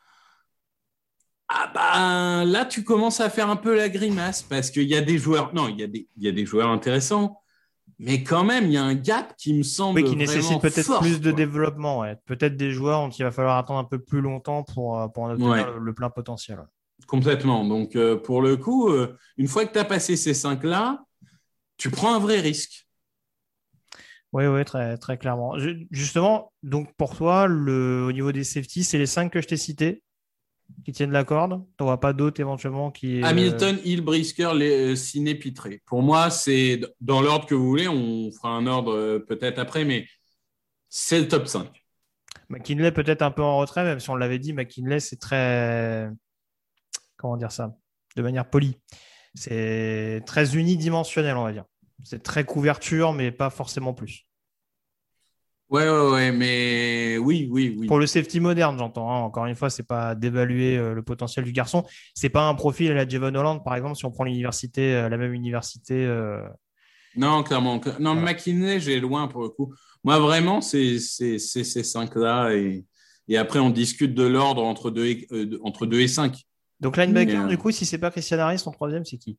[SPEAKER 7] là, tu commences à faire un peu la grimace parce qu'il y a des joueurs. Non, il y a des joueurs intéressants, mais quand même, il y a un gap qui me semble
[SPEAKER 6] qui nécessite peut-être
[SPEAKER 7] fort,
[SPEAKER 6] plus de développement. Ouais. Peut-être des joueurs dont il va falloir attendre un peu plus longtemps pour en obtenir le plein potentiel.
[SPEAKER 7] Complètement. Donc, pour le coup, une fois que tu as passé ces 5-là, tu prends un vrai risque.
[SPEAKER 6] Oui, très, très clairement. Justement, donc pour toi, au niveau des safeties, c'est les 5 que je t'ai cités qui tiennent la corde. Tu n'auras pas d'autres éventuellement qui…
[SPEAKER 7] Hamilton, Hill, Brisker, Ciné, Pitré. Pour moi, c'est dans l'ordre que vous voulez. On fera un ordre peut-être après, mais c'est le top 5.
[SPEAKER 6] McKinley peut-être un peu en retrait, même si on l'avait dit, McKinley, c'est très… Comment dire ça ? De manière polie. C'est très unidimensionnel, on va dire. C'est très couverture, mais pas forcément plus.
[SPEAKER 7] Ouais, mais oui.
[SPEAKER 6] Pour le safety moderne, j'entends. Hein. Encore une fois, c'est pas d'évaluer le potentiel du garçon. C'est pas un profil à la Javon Holland, par exemple, si on prend l'université, la même université.
[SPEAKER 7] Non, clairement. Non, voilà. McKinley, j'ai loin pour le coup. Moi, vraiment, c'est ces 5-là. Et après, on discute de l'ordre entre 2 et 5.
[SPEAKER 6] Donc, linebacker, du coup, si c'est pas Christian Harris, ton 3e, c'est qui ?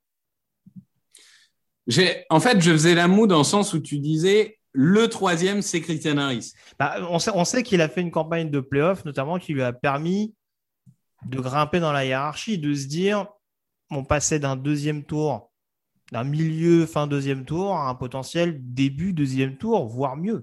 [SPEAKER 7] En fait, je faisais la moue dans le sens où tu disais le 3e, c'est Christian Harris.
[SPEAKER 6] On sait qu'il a fait une campagne de playoff, notamment qui lui a permis de grimper dans la hiérarchie, de se dire on passait d'un 2e tour, d'un milieu fin 2e tour à un potentiel début 2e tour, voire mieux.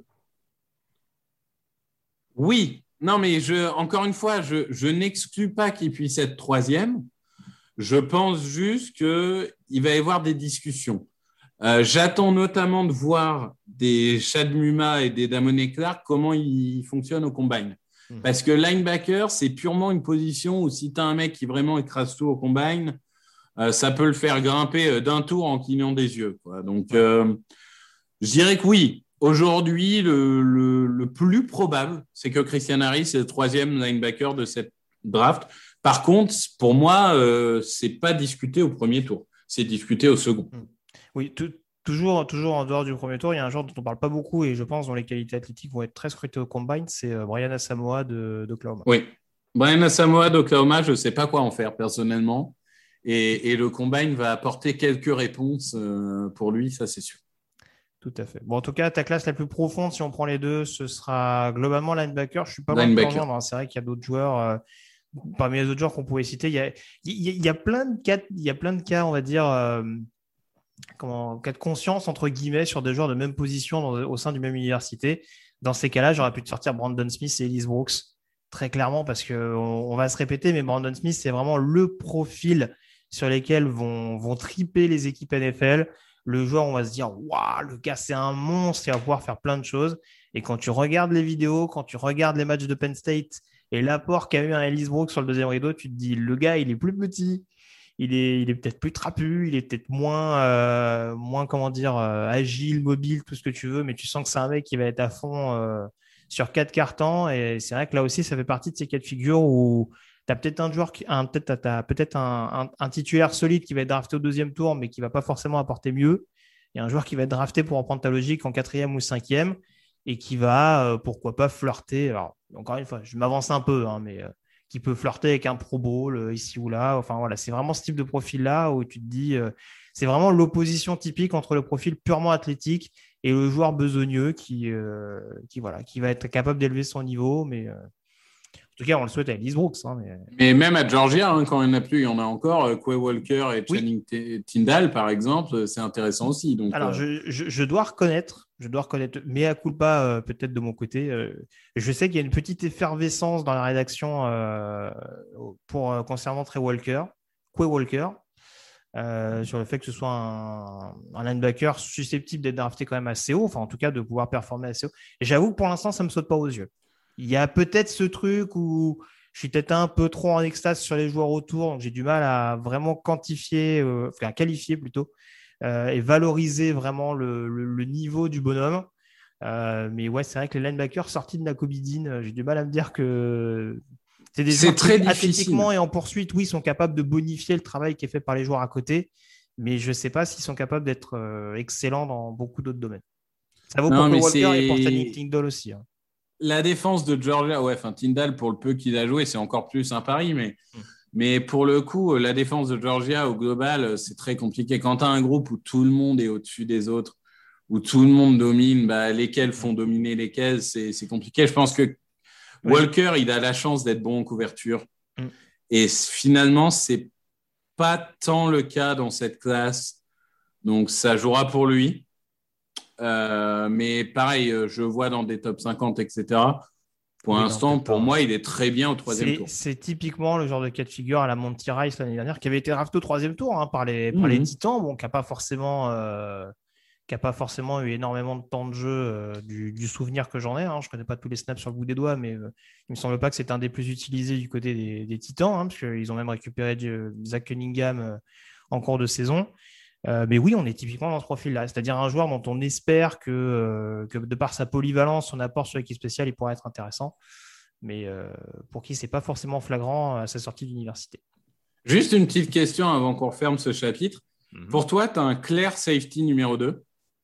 [SPEAKER 7] Oui, non, mais encore une fois, je n'exclus pas qu'il puisse être 3e. Je pense juste qu'il va y avoir des discussions. J'attends notamment de voir des Chad Muma et des Damone Clark comment ils fonctionnent au combine. Parce que linebacker, c'est purement une position où si tu as un mec qui vraiment écrase tout au combine, ça peut le faire grimper d'un tour en clignant des yeux, quoi. Donc, je dirais que oui. Aujourd'hui, le plus probable, c'est que Christian Harris est le 3e linebacker de cette draft. Par contre, pour moi, c'est pas discuté au 1er tour. C'est discuté au 2e.
[SPEAKER 6] Oui, toujours en dehors du 1er tour, il y a un joueur dont on ne parle pas beaucoup et je pense dont les qualités athlétiques vont être très scrutées au combine, c'est Brian Asamoah d'Oklahoma.
[SPEAKER 7] Oui, Brian Asamoah d'Oklahoma, je ne sais pas quoi en faire personnellement et le combine va apporter quelques réponses pour lui, ça c'est sûr.
[SPEAKER 6] Tout à fait. Bon, en tout cas, ta classe la plus profonde, si on prend les deux, ce sera globalement linebacker. Je ne suis pas loin de rejoindre, hein. C'est vrai qu'il y a d'autres joueurs… parmi les autres joueurs qu'on pouvait citer, il y a plein de cas, on va dire… cas de conscience entre guillemets sur des joueurs de même position au sein du même université. Dans ces cas-là, j'aurais pu te sortir Brandon Smith et Ellis Brooks très clairement parce qu'on va se répéter, mais Brandon Smith, c'est vraiment le profil sur lesquels vont triper les équipes NFL. Le joueur, on va se dire, waouh, le gars, c'est un monstre, il va pouvoir faire plein de choses. Et quand tu regardes les vidéos, quand tu regardes les matchs de Penn State et l'apport qu'a eu un Ellis Brooks sur le 2e rideau, tu te dis, le gars, il est plus petit. Il est peut-être plus trapu, il est peut-être moins agile, mobile, tout ce que tu veux, mais tu sens que c'est un mec qui va être à fond sur 4 cartons. Et c'est vrai que là aussi, ça fait partie de ces cas de figure où tu as peut-être un joueur, peut-être un titulaire solide qui va être drafté au 2e tour, mais qui ne va pas forcément apporter mieux. Il y a un joueur qui va être drafté pour reprendre ta logique en 4e ou 5e et qui va, pourquoi pas, flirter. Alors, encore une fois, je m'avance un peu, hein, mais… qui peut flirter avec un Pro Bowl ici ou là. Enfin, voilà, c'est vraiment ce type de profil-là où tu te dis, c'est vraiment l'opposition typique entre le profil purement athlétique et le joueur besogneux qui va être capable d'élever son niveau. Mais en tout cas, on le souhaite à Ellis Brooks. Hein,
[SPEAKER 7] mais même à Georgia, quand il n'y en a plus, il y en a encore. Quay Walker et Channing Tindall, par exemple, c'est intéressant aussi. Donc,
[SPEAKER 6] alors, je dois reconnaître, mea culpa peut-être de mon côté. Je sais qu'il y a une petite effervescence dans la rédaction concernant Quay Walker, sur le fait que ce soit un linebacker susceptible d'être drafté quand même assez haut, enfin en tout cas de pouvoir performer assez haut. Et j'avoue que pour l'instant, ça ne me saute pas aux yeux. Il y a peut-être ce truc où Je suis peut-être un peu trop en extase sur les joueurs autour, donc j'ai du mal à vraiment qualifier plutôt, et valoriser vraiment le niveau du bonhomme. Mais ouais, c'est vrai que les linebackers sortis de Nakobe Dean, j'ai du mal à me dire que c'est des joueurs
[SPEAKER 7] très
[SPEAKER 6] qui,
[SPEAKER 7] difficile.
[SPEAKER 6] athlétiquement et en poursuite, oui, sont capables de bonifier le travail qui est fait par les joueurs à côté, mais je ne sais pas s'ils sont capables d'être excellents dans beaucoup d'autres domaines. Ça vaut pour Paul Walker et pour Channing Tindall aussi. Hein.
[SPEAKER 7] La défense de Georgia, Tindall, pour le peu qu'il a joué, c'est encore plus un pari, mais pour le coup, la défense de Georgia au global, c'est très compliqué. Quand tu as un groupe où tout le monde est au-dessus des autres, où tout le monde domine, lesquels font dominer lesquels, c'est compliqué. Je pense que Walker, il a la chance d'être bon en couverture. Et finalement, c'est pas tant le cas dans cette classe. Donc, ça jouera pour lui. Mais pareil, je vois dans des top 50, etc. Pour l'instant, pour moi, il est très bien au troisième tour.
[SPEAKER 6] C'est typiquement le genre de cas de figure à la Monty Rice l'année dernière, qui avait été drafté au troisième tour par les Titans, qui n'a pas forcément eu énormément de temps de jeu du souvenir que j'en ai. Je ne connais pas tous les snaps sur le bout des doigts, mais il ne me semble pas que c'est un des plus utilisés du côté des Titans, parce qu'ils ont même récupéré Zach Cunningham en cours de saison. Mais oui, on est typiquement dans ce profil-là, c'est-à-dire un joueur dont on espère que de par sa polyvalence, son apport sur l'équipe spéciale, il pourrait être intéressant, mais pour qui c'est pas forcément flagrant à sa sortie d'université.
[SPEAKER 7] Juste une petite question avant qu'on referme ce chapitre. Pour toi, tu as un clair safety numéro 2 ?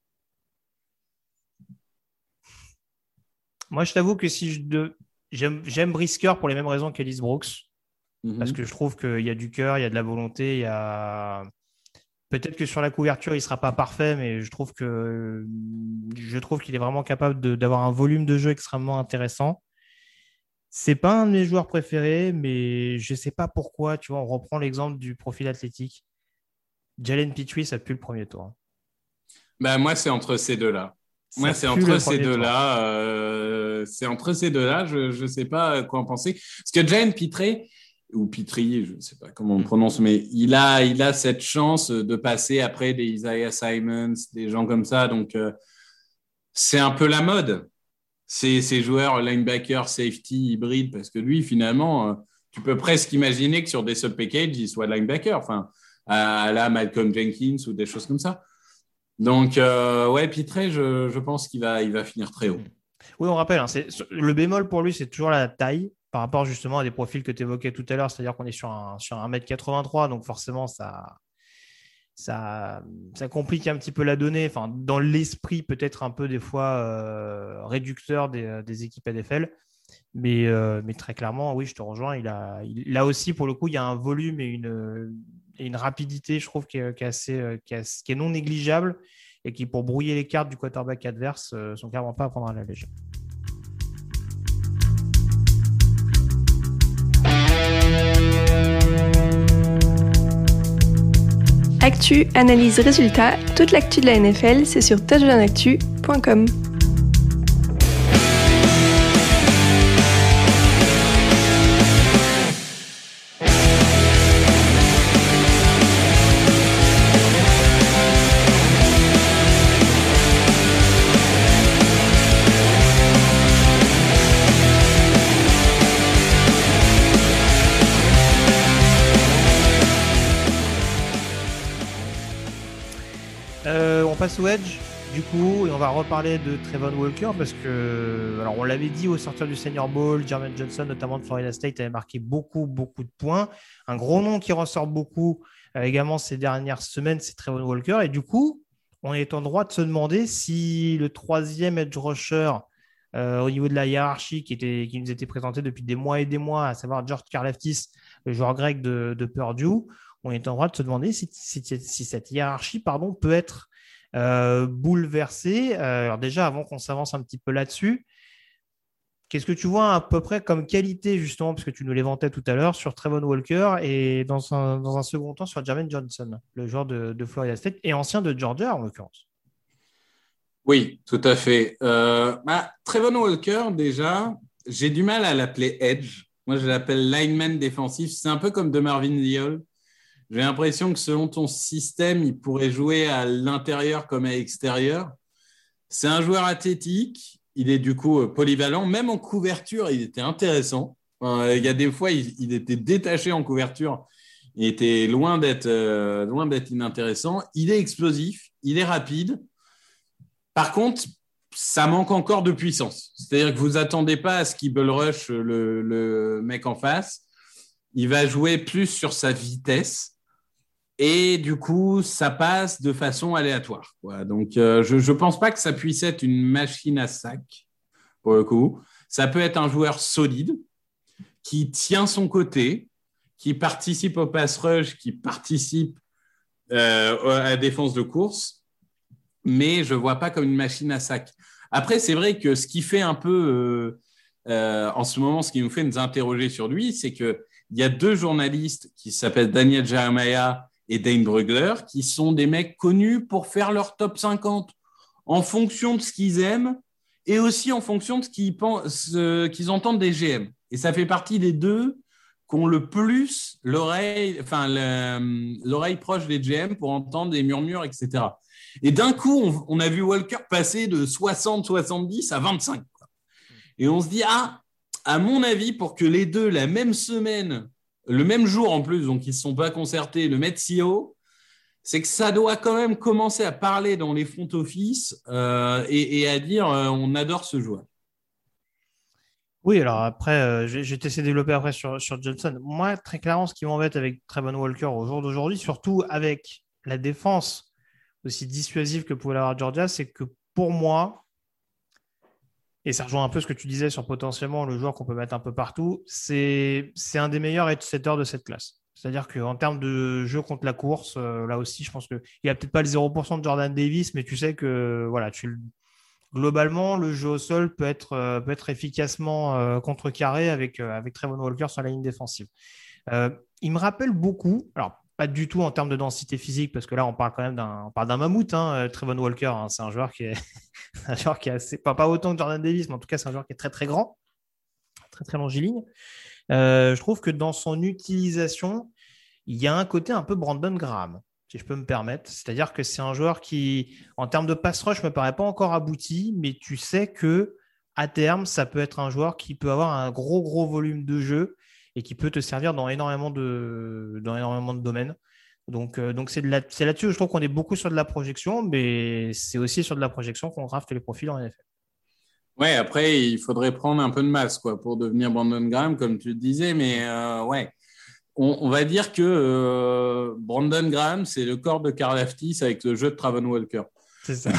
[SPEAKER 6] Moi, je t'avoue que j'aime Brisker pour les mêmes raisons qu'Ellis Brooks, parce que je trouve qu'il y a du cœur, il y a de la volonté, il y a... Peut-être que sur la couverture, il ne sera pas parfait, mais je trouve qu'il est vraiment capable d'avoir un volume de jeu extrêmement intéressant. Ce n'est pas un de mes joueurs préférés, mais je ne sais pas pourquoi. Tu vois, on reprend l'exemple du profil athlétique. Jalen Petrie, ça pue le premier tour.
[SPEAKER 7] Moi, c'est entre ces deux-là. C'est entre ces deux-là. Je ne sais pas quoi en penser. Parce que Jalen Petrie... ou Petrie, je ne sais pas comment on prononce, mais il a cette chance de passer après des Isaiah Simons, des gens comme ça. Donc, c'est un peu la mode. Ces joueurs linebacker, safety, hybride, parce que lui, finalement, tu peux presque imaginer que sur des sub-packages, il soit linebacker, à la Malcolm Jenkins ou des choses comme ça. Donc, Petrie, je pense qu'il va finir très haut.
[SPEAKER 6] Oui, on rappelle, le bémol pour lui, c'est toujours la taille. Par rapport justement à des profils que tu évoquais tout à l'heure, c'est-à-dire qu'on est sur 1m83, donc forcément, ça complique un petit peu la donnée, dans l'esprit peut-être un peu des fois réducteur des équipes NFL, mais très clairement, oui, je te rejoins, là aussi, pour le coup, il y a un volume et une rapidité, je trouve, qui est non négligeable et qui, pour brouiller les cartes du quarterback adverse, sont clairement pas à prendre à la légère.
[SPEAKER 8] Actu, analyse, résultat, toute l'actu de la NFL, c'est sur touchdownactu.com.
[SPEAKER 6] On passe au Edge, du coup, et on va reparler de Trevon Walker parce que, alors on l'avait dit au sortir du Senior Bowl, Jermaine Johnson, notamment de Florida State, avait marqué beaucoup de points. Un gros nom qui ressort beaucoup également ces dernières semaines, c'est Trevon Walker. Et du coup, on est en droit de se demander si le troisième edge rusher au niveau de la hiérarchie qui nous était présenté depuis des mois et des mois, à savoir George Karlaftis, le joueur grec de Purdue, on est en droit de se demander si cette hiérarchie peut être bouleversée. Alors déjà, avant qu'on s'avance un petit peu là-dessus, qu'est-ce que tu vois à peu près comme qualité, justement, parce que tu nous les vantais tout à l'heure, sur Trevon Walker et dans un second temps sur Jermaine Johnson, le joueur de Florida State et ancien de Georgia, en l'occurrence?
[SPEAKER 7] Oui, tout à fait. Trevon Walker, déjà, j'ai du mal à l'appeler edge. Moi, je l'appelle lineman défensif. C'est un peu comme de Marvin Leal. J'ai l'impression que selon ton système, il pourrait jouer à l'intérieur comme à l'extérieur. C'est un joueur athlétique. Il est du coup polyvalent. Même en couverture, il était intéressant. Il y a des fois, il était détaché en couverture. Il était loin d'être inintéressant. Il est explosif, il est rapide. Par contre, ça manque encore de puissance. C'est-à-dire que vous n'attendez pas à ce qu'il bull rush le mec en face. Il va jouer plus sur sa vitesse. Et du coup, ça passe de façon aléatoire, quoi. Donc, je ne pense pas que ça puisse être une machine à sac, pour le coup. Ça peut être un joueur solide qui tient son côté, qui participe au pass rush, qui participe à la défense de course, mais je ne vois pas comme une machine à sac. Après, c'est vrai que ce qui fait un peu, en ce moment, ce qui nous fait nous interroger sur lui, c'est qu'il y a 2 journalistes qui s'appellent Daniel Jeremiah et Dane Brugler, qui sont des mecs connus pour faire leur top 50 en fonction de ce qu'ils aiment et aussi en fonction de ce qu'ils entendent des GM. Et ça fait partie des 2 qui ont le plus l'oreille proche des GM pour entendre des murmures, etc. Et d'un coup, on a vu Walker passer de 60-70 à 25. Quoi. Et on se dit, à mon avis, pour que les 2, la même semaine, le même jour en plus, donc ils ne se sont pas concertés, le mettre si haut, c'est que ça doit quand même commencer à parler dans les front office et à dire on adore ce joueur.
[SPEAKER 6] Oui, alors après, je vais t'essayer de développer après sur Johnson. Moi, très clairement, ce qui m'embête avec Trevon Walker au jour d'aujourd'hui, surtout avec la défense aussi dissuasive que pouvait l'avoir Georgia, c'est que pour moi, et ça rejoint un peu ce que tu disais sur potentiellement le joueur qu'on peut mettre un peu partout, c'est un des meilleurs edge-setters de cette classe. C'est-à-dire qu'en termes de jeu contre la course, là aussi, je pense qu'il n'y a peut-être pas le 0% de Jordan Davis, mais tu sais que voilà, globalement, le jeu au sol peut être efficacement contrecarré avec Trevon Walker sur la ligne défensive. Il me rappelle beaucoup, alors pas du tout en termes de densité physique, parce que là, on parle quand même d'un mammouth, Trevon Walker. Hein, c'est un joueur qui est, un joueur qui est assez, pas autant que Jordan Davis, mais en tout cas, c'est un joueur qui est très, très grand, très, très longiligne. Je trouve que dans son utilisation, il y a un côté un peu Brandon Graham, si je peux me permettre. C'est-à-dire que c'est un joueur qui, en termes de pass rush, ne me paraît pas encore abouti, mais tu sais que à terme, ça peut être un joueur qui peut avoir un gros volume de jeu et qui peut te servir dans énormément de domaines. Donc c'est là-dessus, je trouve qu'on est beaucoup sur de la projection, mais c'est aussi sur de la projection qu'on draft les profils en NFL.
[SPEAKER 7] Ouais, après, il faudrait prendre un peu de masse pour devenir Brandon Graham, comme tu le disais, mais ouais. On va dire que Brandon Graham, c'est le corps de Karlaftis avec le jeu de Trevon Walker.
[SPEAKER 6] C'est ça.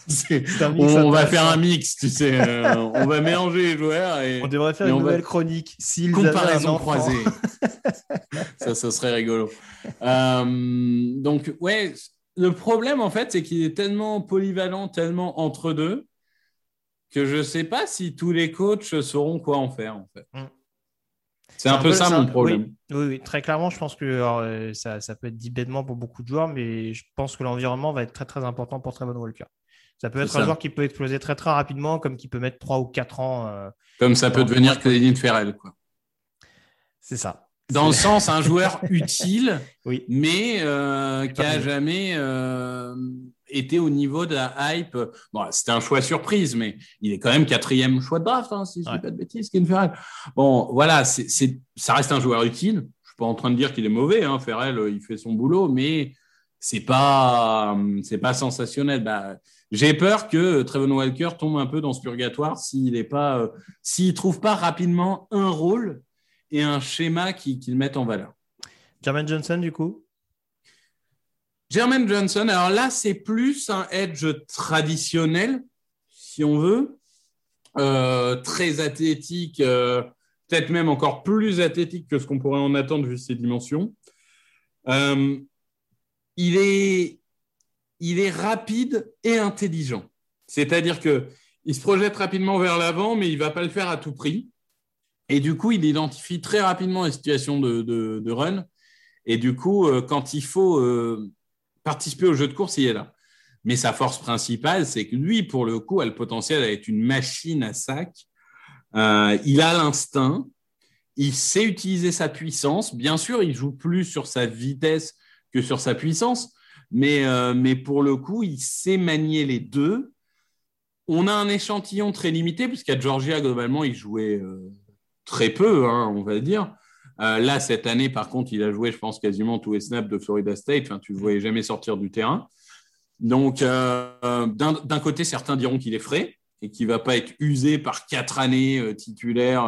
[SPEAKER 7] On va faire un mix, tu sais. On va mélanger les joueurs.
[SPEAKER 6] On devrait faire une nouvelle chronique.
[SPEAKER 7] Comparaison croisée. ça serait rigolo. Donc, ouais, le problème, en fait, c'est qu'il est tellement polyvalent, tellement entre deux, que je ne sais pas si tous les coachs sauront quoi en faire, en fait. C'est un peu ça mon problème.
[SPEAKER 6] Oui, très clairement, je pense que ça peut être dit bêtement pour beaucoup de joueurs, mais je pense que l'environnement va être très, très important pour Trevon Walker. Ça peut être un joueur qui peut exploser très, très rapidement, comme qui peut mettre 3 ou 4 ans. Comme
[SPEAKER 7] ça peut devenir Clelin Ferrell, quoi.
[SPEAKER 6] C'est ça.
[SPEAKER 7] Dans le sens, un joueur utile,
[SPEAKER 6] oui.
[SPEAKER 7] mais qui n'a jamais été au niveau de la hype. Bon, c'était un choix surprise, mais il est quand même 4e choix de draft, si je ne dis pas de bêtises, Clelin Ferrell. Bon, voilà, ça reste un joueur utile. Je ne suis pas en train de dire qu'il est mauvais. Ferrell, il fait son boulot, mais c'est pas sensationnel. J'ai peur que Trevon Walker tombe un peu dans ce purgatoire s'il ne trouve pas rapidement un rôle et un schéma qui le mette en valeur.
[SPEAKER 6] Jermaine Johnson, du coup?
[SPEAKER 7] Jermaine Johnson, alors là, c'est plus un edge traditionnel, si on veut, très athlétique, peut-être même encore plus athlétique que ce qu'on pourrait en attendre vu ses dimensions. Il est rapide et intelligent. C'est-à-dire qu'il se projette rapidement vers l'avant, mais il ne va pas le faire à tout prix. Et du coup, il identifie très rapidement les situations de run. Et du coup, quand il faut participer au jeu de course, il est là. Mais sa force principale, c'est que lui, pour le coup, a le potentiel d'être une machine à sac. Il a l'instinct. Il sait utiliser sa puissance. Bien sûr, il joue plus sur sa vitesse que sur sa puissance. Mais pour le coup, il sait manier les deux. On a un échantillon très limité, puisqu'à Georgia, globalement, il jouait très peu, hein, on va dire. Là, cette année, par contre, il a joué, je pense, quasiment tous les snaps de Florida State. Enfin, tu ne le voyais jamais sortir du terrain. Donc, d'un côté, certains diront qu'il est frais et qu'il ne va pas être usé par 4 années titulaires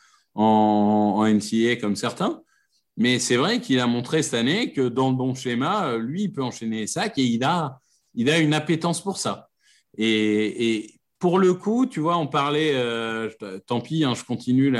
[SPEAKER 7] en NCAA comme certains. Mais c'est vrai qu'il a montré cette année que dans le bon schéma, lui, il peut enchaîner les sacs et il a une appétence pour ça. Et pour le coup, tu vois, on parlait, tant pis, hein, je continue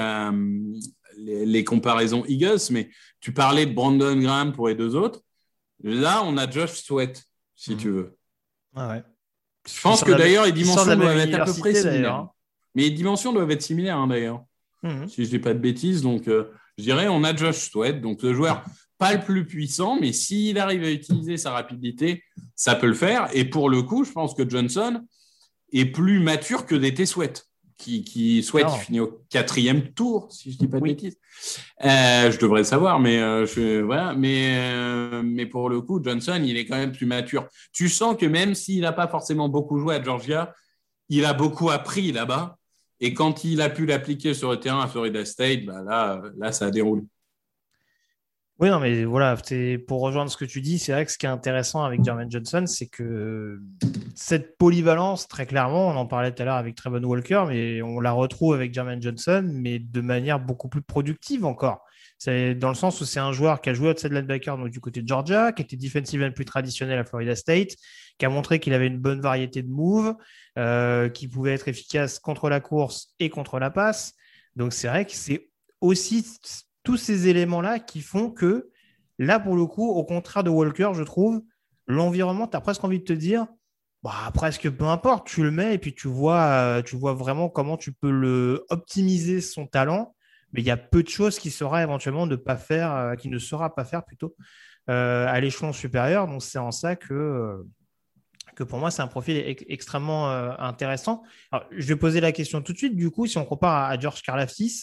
[SPEAKER 7] les comparaisons Eagles, mais tu parlais de Brandon Graham pour les deux autres. Là, on a Josh Sweat, si tu veux.
[SPEAKER 6] Ah ouais.
[SPEAKER 7] Je pense que d'ailleurs, les dimensions doivent être à peu près similaires.
[SPEAKER 6] D'ailleurs.
[SPEAKER 7] Mais les dimensions doivent être similaires, hein, d'ailleurs. Si je ne dis pas de bêtises. Donc, je dirais, on a Josh Sweat, donc le joueur pas le plus puissant, mais s'il arrive à utiliser sa rapidité, ça peut le faire. Et pour le coup, je pense que Johnson est plus mature que d'été Sweat. Qui souhaite, il finit au 4e tour, si je ne dis pas de bêtises. Je devrais le savoir, mais voilà. Mais pour le coup, Johnson, il est quand même plus mature. Tu sens que même s'il n'a pas forcément beaucoup joué à Georgia, il a beaucoup appris là-bas. Et quand il a pu l'appliquer sur le terrain à Florida State, bah là, ça déroule.
[SPEAKER 6] Oui, non, mais voilà, pour rejoindre ce que tu dis, c'est vrai que ce qui est intéressant avec Jermaine Johnson, c'est que cette polyvalence, très clairement, on en parlait tout à l'heure avec Trevon Walker, mais on la retrouve avec Jermaine Johnson, mais de manière beaucoup plus productive encore. C'est dans le sens où c'est un joueur qui a joué outside linebacker donc du côté de Georgia, qui était defensive end plus traditionnel à Florida State, qui a montré qu'il avait une bonne variété de moves, qui pouvait être efficace contre la course et contre la passe. Donc c'est vrai que c'est aussi tous ces éléments-là qui font que, là, pour le coup, au contraire de Walker, je trouve, l'environnement, tu as presque envie de te dire, presque peu importe, tu le mets et puis tu vois vraiment comment tu peux optimiser son talent, mais il y a peu de choses qui sera éventuellement qui ne sera pas faire plutôt à l'échelon supérieur. Donc, c'est en ça que pour moi, c'est un profil extrêmement intéressant. Alors, je vais poser la question tout de suite. Du coup, si on compare à George Karlaftis,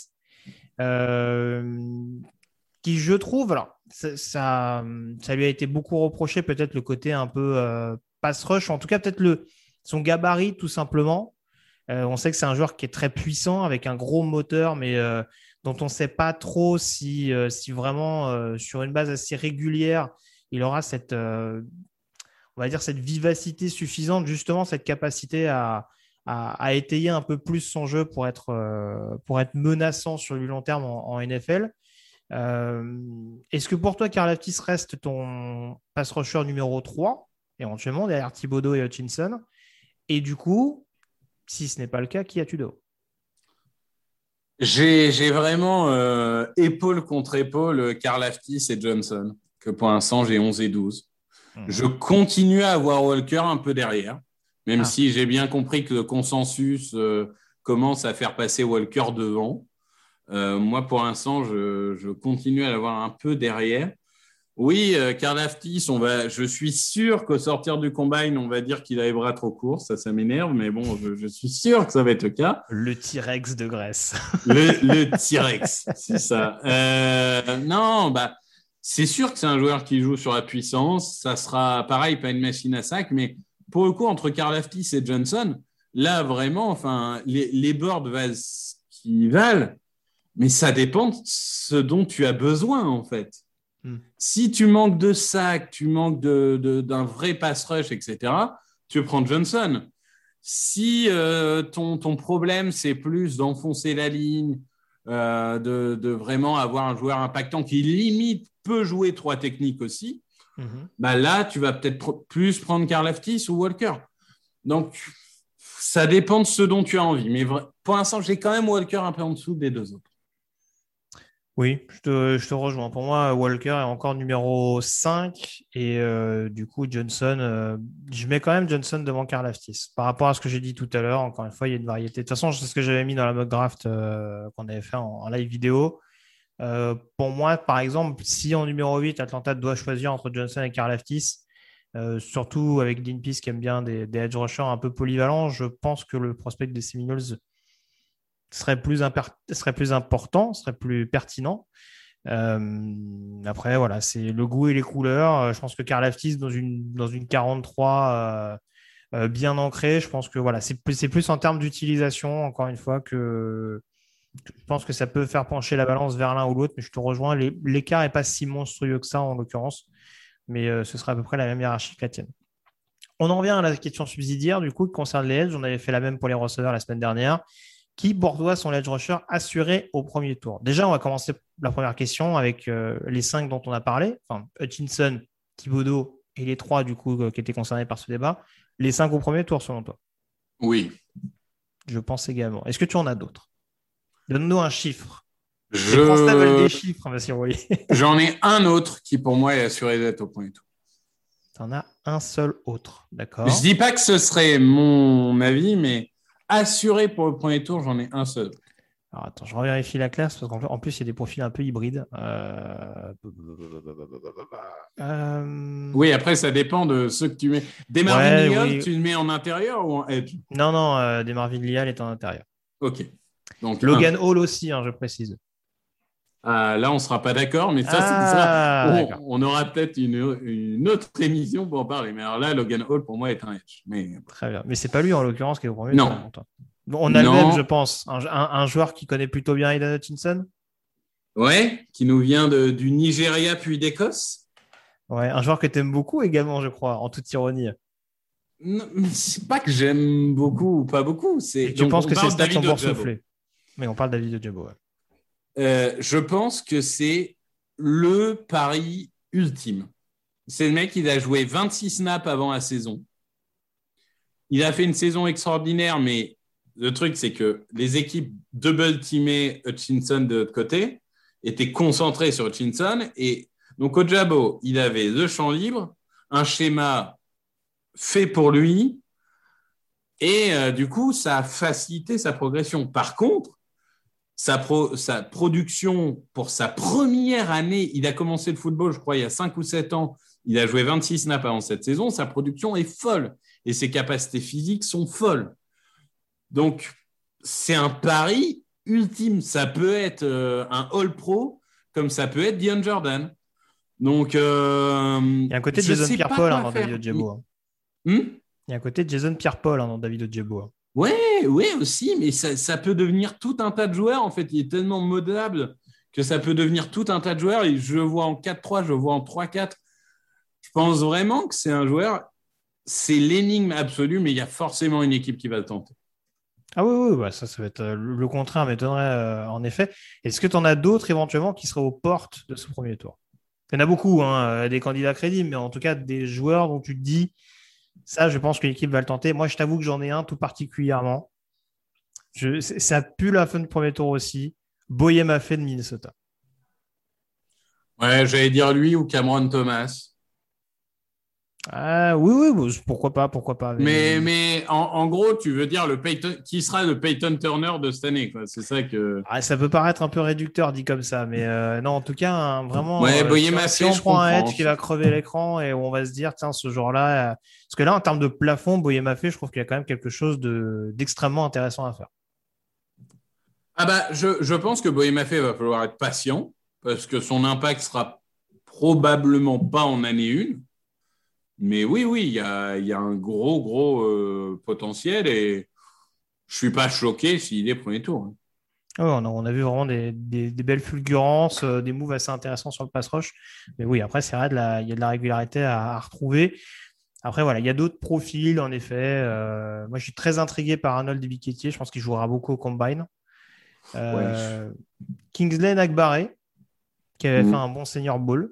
[SPEAKER 6] qui je trouve, alors ça lui a été beaucoup reproché, peut-être le côté un peu pass rush, en tout cas peut-être son gabarit tout simplement. On sait que c'est un joueur qui est très puissant avec un gros moteur, mais dont on ne sait pas trop si vraiment sur une base assez régulière, il aura on va dire cette vivacité suffisante, justement cette capacité à étayer un peu plus son jeu pour être menaçant sur du long terme en NFL. Est-ce que pour toi, Karlaftis reste ton pass rusher numéro 3, éventuellement, derrière Thibodeau et Hutchinson? Et du coup, si ce n'est pas le cas, qui as-tu d'autre?
[SPEAKER 7] J'ai vraiment épaule contre épaule Karlaftis et Johnson, que pour l'instant, j'ai 11 et 12. Je continue à avoir Walker un peu derrière. Même si j'ai bien compris que le consensus commence à faire passer Walker devant. Moi, pour l'instant, je continue à l'avoir un peu derrière. Oui, Karlaftis, je suis sûr qu'au sortir du combine, on va dire qu'il arrivera trop court. Ça m'énerve, mais bon, je suis sûr que ça va être le cas.
[SPEAKER 6] Le T-Rex de Grèce.
[SPEAKER 7] le T-Rex, c'est ça. Non, c'est sûr que c'est un joueur qui joue sur la puissance. Ça sera pareil, pas une machine à sac, mais pour le coup, entre Karlaftis et Johnson, là, vraiment, enfin, les boards valent ce qu'ils valent, mais ça dépend de ce dont tu as besoin, en fait. Si tu manques de sac, tu manques d'un vrai pass rush, etc., tu prends Johnson. Si ton problème, c'est plus d'enfoncer la ligne, de vraiment avoir un joueur impactant qui, limite, peut jouer 3 techniques aussi, là, tu vas peut-être plus prendre Karlaftis ou Walker. Donc, ça dépend de ce dont tu as envie. Mais pour l'instant, j'ai quand même Walker un peu en dessous des deux autres.
[SPEAKER 6] Oui, je te rejoins. Pour moi, Walker est encore numéro 5 et du coup, Johnson, je mets quand même Johnson devant Karlaftis. Par rapport à ce que j'ai dit tout à l'heure, encore une fois, il y a une variété. De toute façon, c'est ce que j'avais mis dans la mock draft qu'on avait fait en live vidéo. Pour moi, par exemple, si en numéro 8, Atlanta doit choisir entre Johnson et Karlaftis, surtout avec Dean Pease qui aime bien des edge rushers un peu polyvalents, je pense que le prospect des Seminoles serait plus important, serait plus pertinent. Après, voilà, c'est le goût et les couleurs. Je pense que Karlaftis dans une 43 bien ancrée, je pense que voilà, c'est plus en termes d'utilisation, encore une fois, que Je pense que ça peut faire pencher la balance vers l'un ou l'autre, mais je te rejoins. L'écart n'est pas si monstrueux que ça, en l'occurrence, mais ce sera à peu près la même hiérarchie que la tienne. On en revient à la question subsidiaire, du coup, qui concerne les edges. On avait fait la même pour les receveurs la semaine dernière. Qui bordois son edge rusher assuré au premier tour? Déjà, on va commencer la première question avec les 5 dont on a parlé. Enfin, Hutchinson, Thibodeau et les 3, du coup, qui étaient concernés par ce débat. Les 5 au premier tour, selon toi?
[SPEAKER 7] Oui.
[SPEAKER 6] Je pense également. Est-ce que tu en as d'autres? Donne-nous un chiffre. Les Français veulent des chiffres, monsieur Royer.
[SPEAKER 7] J'en ai un autre qui, pour moi, est assuré d'être au premier tour.
[SPEAKER 6] Tu en as un seul autre, d'accord?
[SPEAKER 7] Je dis pas que ce serait mon avis, mais assuré pour le premier tour, j'en ai un seul.
[SPEAKER 6] Alors attends, je revérifie la classe parce qu'en plus, il y a des profils un peu hybrides.
[SPEAKER 7] Oui, après, ça dépend de ceux que tu mets. Des Marvin Leal,
[SPEAKER 6] oui.
[SPEAKER 7] tu le mets en intérieur ou en edge?
[SPEAKER 6] Non, des Marvin Leal est en intérieur.
[SPEAKER 7] Ok. Donc,
[SPEAKER 6] Logan Hall aussi, je précise.
[SPEAKER 7] Là, on ne sera pas d'accord, mais on aura peut-être une autre émission pour en parler. Mais alors là, Logan Hall, pour moi, est un edge.
[SPEAKER 6] Très bien. Mais ce n'est pas lui, en l'occurrence, qui est au premier
[SPEAKER 7] tour.
[SPEAKER 6] Non. On a le même, je pense. Un joueur qui connaît plutôt bien Aidan Hutchinson.
[SPEAKER 7] Ouais, qui nous vient du Nigeria puis d'Écosse.
[SPEAKER 6] Ouais, un joueur que tu aimes beaucoup également, je crois, en toute ironie.
[SPEAKER 7] Non, c'est pas que j'aime beaucoup ou pas beaucoup.
[SPEAKER 6] Je pense que c'est stats sont boursouflés. Mais on parle de David Ojabo. Ouais.
[SPEAKER 7] Je pense que c'est le pari ultime. C'est le mec qui a joué 26 snaps avant la saison. Il a fait une saison extraordinaire, mais le truc, c'est que les équipes double-teamaient Hutchinson de l'autre côté, étaient concentrées sur Hutchinson. Et donc, Ojabo, il avait le champ libre, un schéma fait pour lui. Et du coup, ça a facilité sa progression. Par contre, sa production pour sa première année, il a commencé le football, je crois, il y a 5 ou 7 ans. Il a joué 26 snaps avant cette saison. Sa production est folle. Et ses capacités physiques sont folles. Donc, c'est un pari ultime. Ça peut être un All-Pro, comme ça peut être Dion Jordan. Donc, il
[SPEAKER 6] y a un côté de Jason Pierre-Paul dans David Ojabo. Il y a un côté de Jason Pierre-Paul dans David Ojabo.
[SPEAKER 7] Ouais, aussi, mais ça peut devenir tout un tas de joueurs. En fait, il est tellement modulable que ça peut devenir tout un tas de joueurs. Et je le vois en 4-3, je le vois en 3-4. Je pense vraiment que c'est un joueur, c'est l'énigme absolue, mais il y a forcément une équipe qui va le tenter.
[SPEAKER 6] Ah oui, ça va être le contraire, m'étonnerait en effet. Est-ce que tu en as d'autres éventuellement qui seraient aux portes de ce premier tour? Il y en a beaucoup, des candidats crédibles, mais en tout cas des joueurs dont tu te dis, ça, je pense que l'équipe va le tenter. Moi, je t'avoue que j'en ai un tout particulièrement. Ça pue la fin du premier tour aussi. Boye Maffei de Minnesota.
[SPEAKER 7] Ouais, j'allais dire lui ou Cameron Thomas.
[SPEAKER 6] Ah, oui, pourquoi pas.
[SPEAKER 7] Mais en gros, tu veux dire qui sera le Peyton Turner de cette année, quoi. C'est ça que.
[SPEAKER 6] Ah, ça peut paraître un peu réducteur dit comme ça, mais non, en tout cas, vraiment.
[SPEAKER 7] Ouais, Boye Maffei,
[SPEAKER 6] si on prend un edge qui va crever l'écran et on va se dire, tiens, ce jour-là, parce que là, en termes de plafond, Boye Maffei, je trouve qu'il y a quand même quelque chose d'extrêmement intéressant à faire.
[SPEAKER 7] Ah bah, je pense que Boye Maffei va falloir être patient parce que son impact sera probablement pas en année 1. Mais oui, il y a un gros potentiel et je ne suis pas choqué s'il est premier tour.
[SPEAKER 6] Oh, on a vu vraiment des belles fulgurances, des moves assez intéressants sur le pass rush. Mais oui, après, c'est vrai, il y a de la régularité à retrouver. Après, voilà, il y a d'autres profils, en effet. Moi, je suis très intrigué par Arnold Ebiketie. Je pense qu'il jouera beaucoup au Combine. Kingsley Nagbare, qui avait fait un bon Senior Bowl.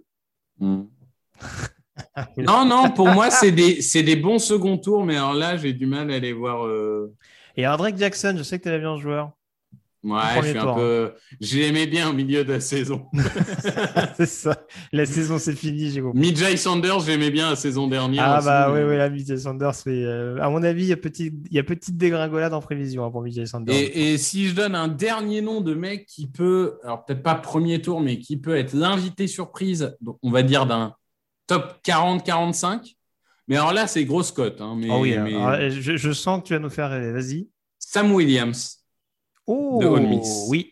[SPEAKER 7] Non, pour moi, c'est des bons second tours, mais alors là, j'ai du mal à les voir.
[SPEAKER 6] Et alors, Drake Jackson, je sais que tu avais bien ce joueur.
[SPEAKER 7] Ouais, je suis un peu. Je l'aimais bien au milieu de la saison.
[SPEAKER 6] C'est ça. La saison, c'est fini, j'ai compris.
[SPEAKER 7] Mijay Sanders, j'aimais bien la saison dernière.
[SPEAKER 6] Ah, bah oui, là, Mijay Sanders, à mon avis, il y a petite dégringolade en prévision pour Mijay Sanders.
[SPEAKER 7] Et si je donne un dernier nom de mec qui peut, alors peut-être pas premier tour, mais qui peut être l'invité surprise, donc on va dire d'un top 40-45. Mais alors là, c'est grosse cote. Mais,
[SPEAKER 6] alors, je sens que tu vas nous faire rêver. Vas-y.
[SPEAKER 7] Sam Williams.
[SPEAKER 6] Oh,
[SPEAKER 7] de Ole Miss.
[SPEAKER 6] Oui.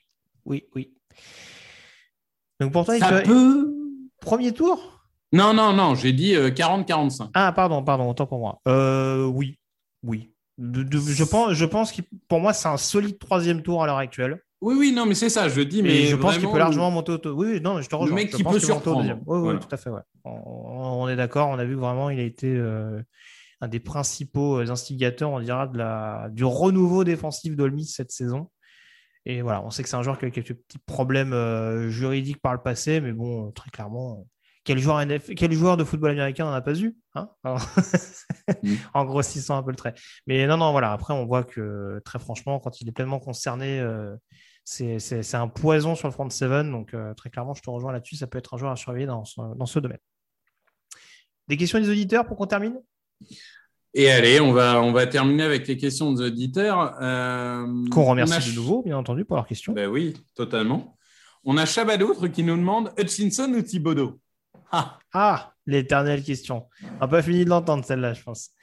[SPEAKER 6] Donc pour toi,
[SPEAKER 7] ça peut...
[SPEAKER 6] Premier tour?
[SPEAKER 7] Non, j'ai dit 40-45.
[SPEAKER 6] Ah, pardon, autant pour moi. Oui. Je pense que pour moi, c'est un solide troisième tour à l'heure actuelle.
[SPEAKER 7] Oui, non, mais c'est ça, je dis, mais
[SPEAKER 6] je pense qu'il peut largement
[SPEAKER 7] le...
[SPEAKER 6] monter au... Oui, non, je te rejoins.
[SPEAKER 7] Le mec
[SPEAKER 6] Je
[SPEAKER 7] qui
[SPEAKER 6] pense
[SPEAKER 7] peut
[SPEAKER 6] qu'il va monter au deuxième.
[SPEAKER 7] surprendre.
[SPEAKER 6] Oui,
[SPEAKER 7] Voilà.
[SPEAKER 6] tout à fait, ouais. On est d'accord, on a vu que vraiment, il a été un des principaux instigateurs, on dira, du renouveau défensif d'Olmis cette saison. Et voilà, on sait que c'est un joueur qui a quelques petits problèmes juridiques par le passé, mais bon, très clairement, quel joueur de football américain n'en a pas eu, hein. Alors, en grossissant un peu le trait. Mais non, voilà, après, on voit que très franchement, quand il est pleinement concerné, c'est un poison sur le front seven. Donc, très clairement, je te rejoins là-dessus, ça peut être un joueur à surveiller dans ce domaine. Des questions des auditeurs pour qu'on termine ?
[SPEAKER 7] Et allez, on va terminer avec les questions des auditeurs.
[SPEAKER 6] Qu'on remercie de nouveau, bien entendu, pour leurs questions.
[SPEAKER 7] Ben oui, totalement. On a Chabadoutre qui nous demande Hutchinson ou Thibodeau.
[SPEAKER 6] L'éternelle question. On n'a pas fini de l'entendre, celle-là, je pense.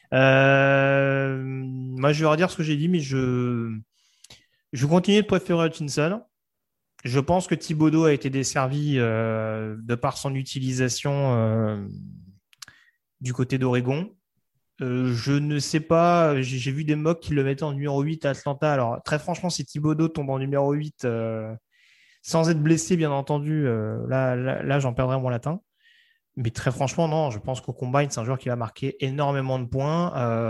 [SPEAKER 6] Moi, je vais redire ce que j'ai dit, mais je continue de préférer Hutchinson. Je pense que Thibodeau a été desservi de par son utilisation du côté d'Oregon. Je ne sais pas, j'ai vu des mocks qui le mettaient en numéro 8 à Atlanta. Alors, très franchement, si Thibodeau tombe en numéro 8, sans être blessé, bien entendu, là, j'en perdrai mon latin. Mais très franchement, non, je pense qu'au Combine, c'est un joueur qui va marquer énormément de points.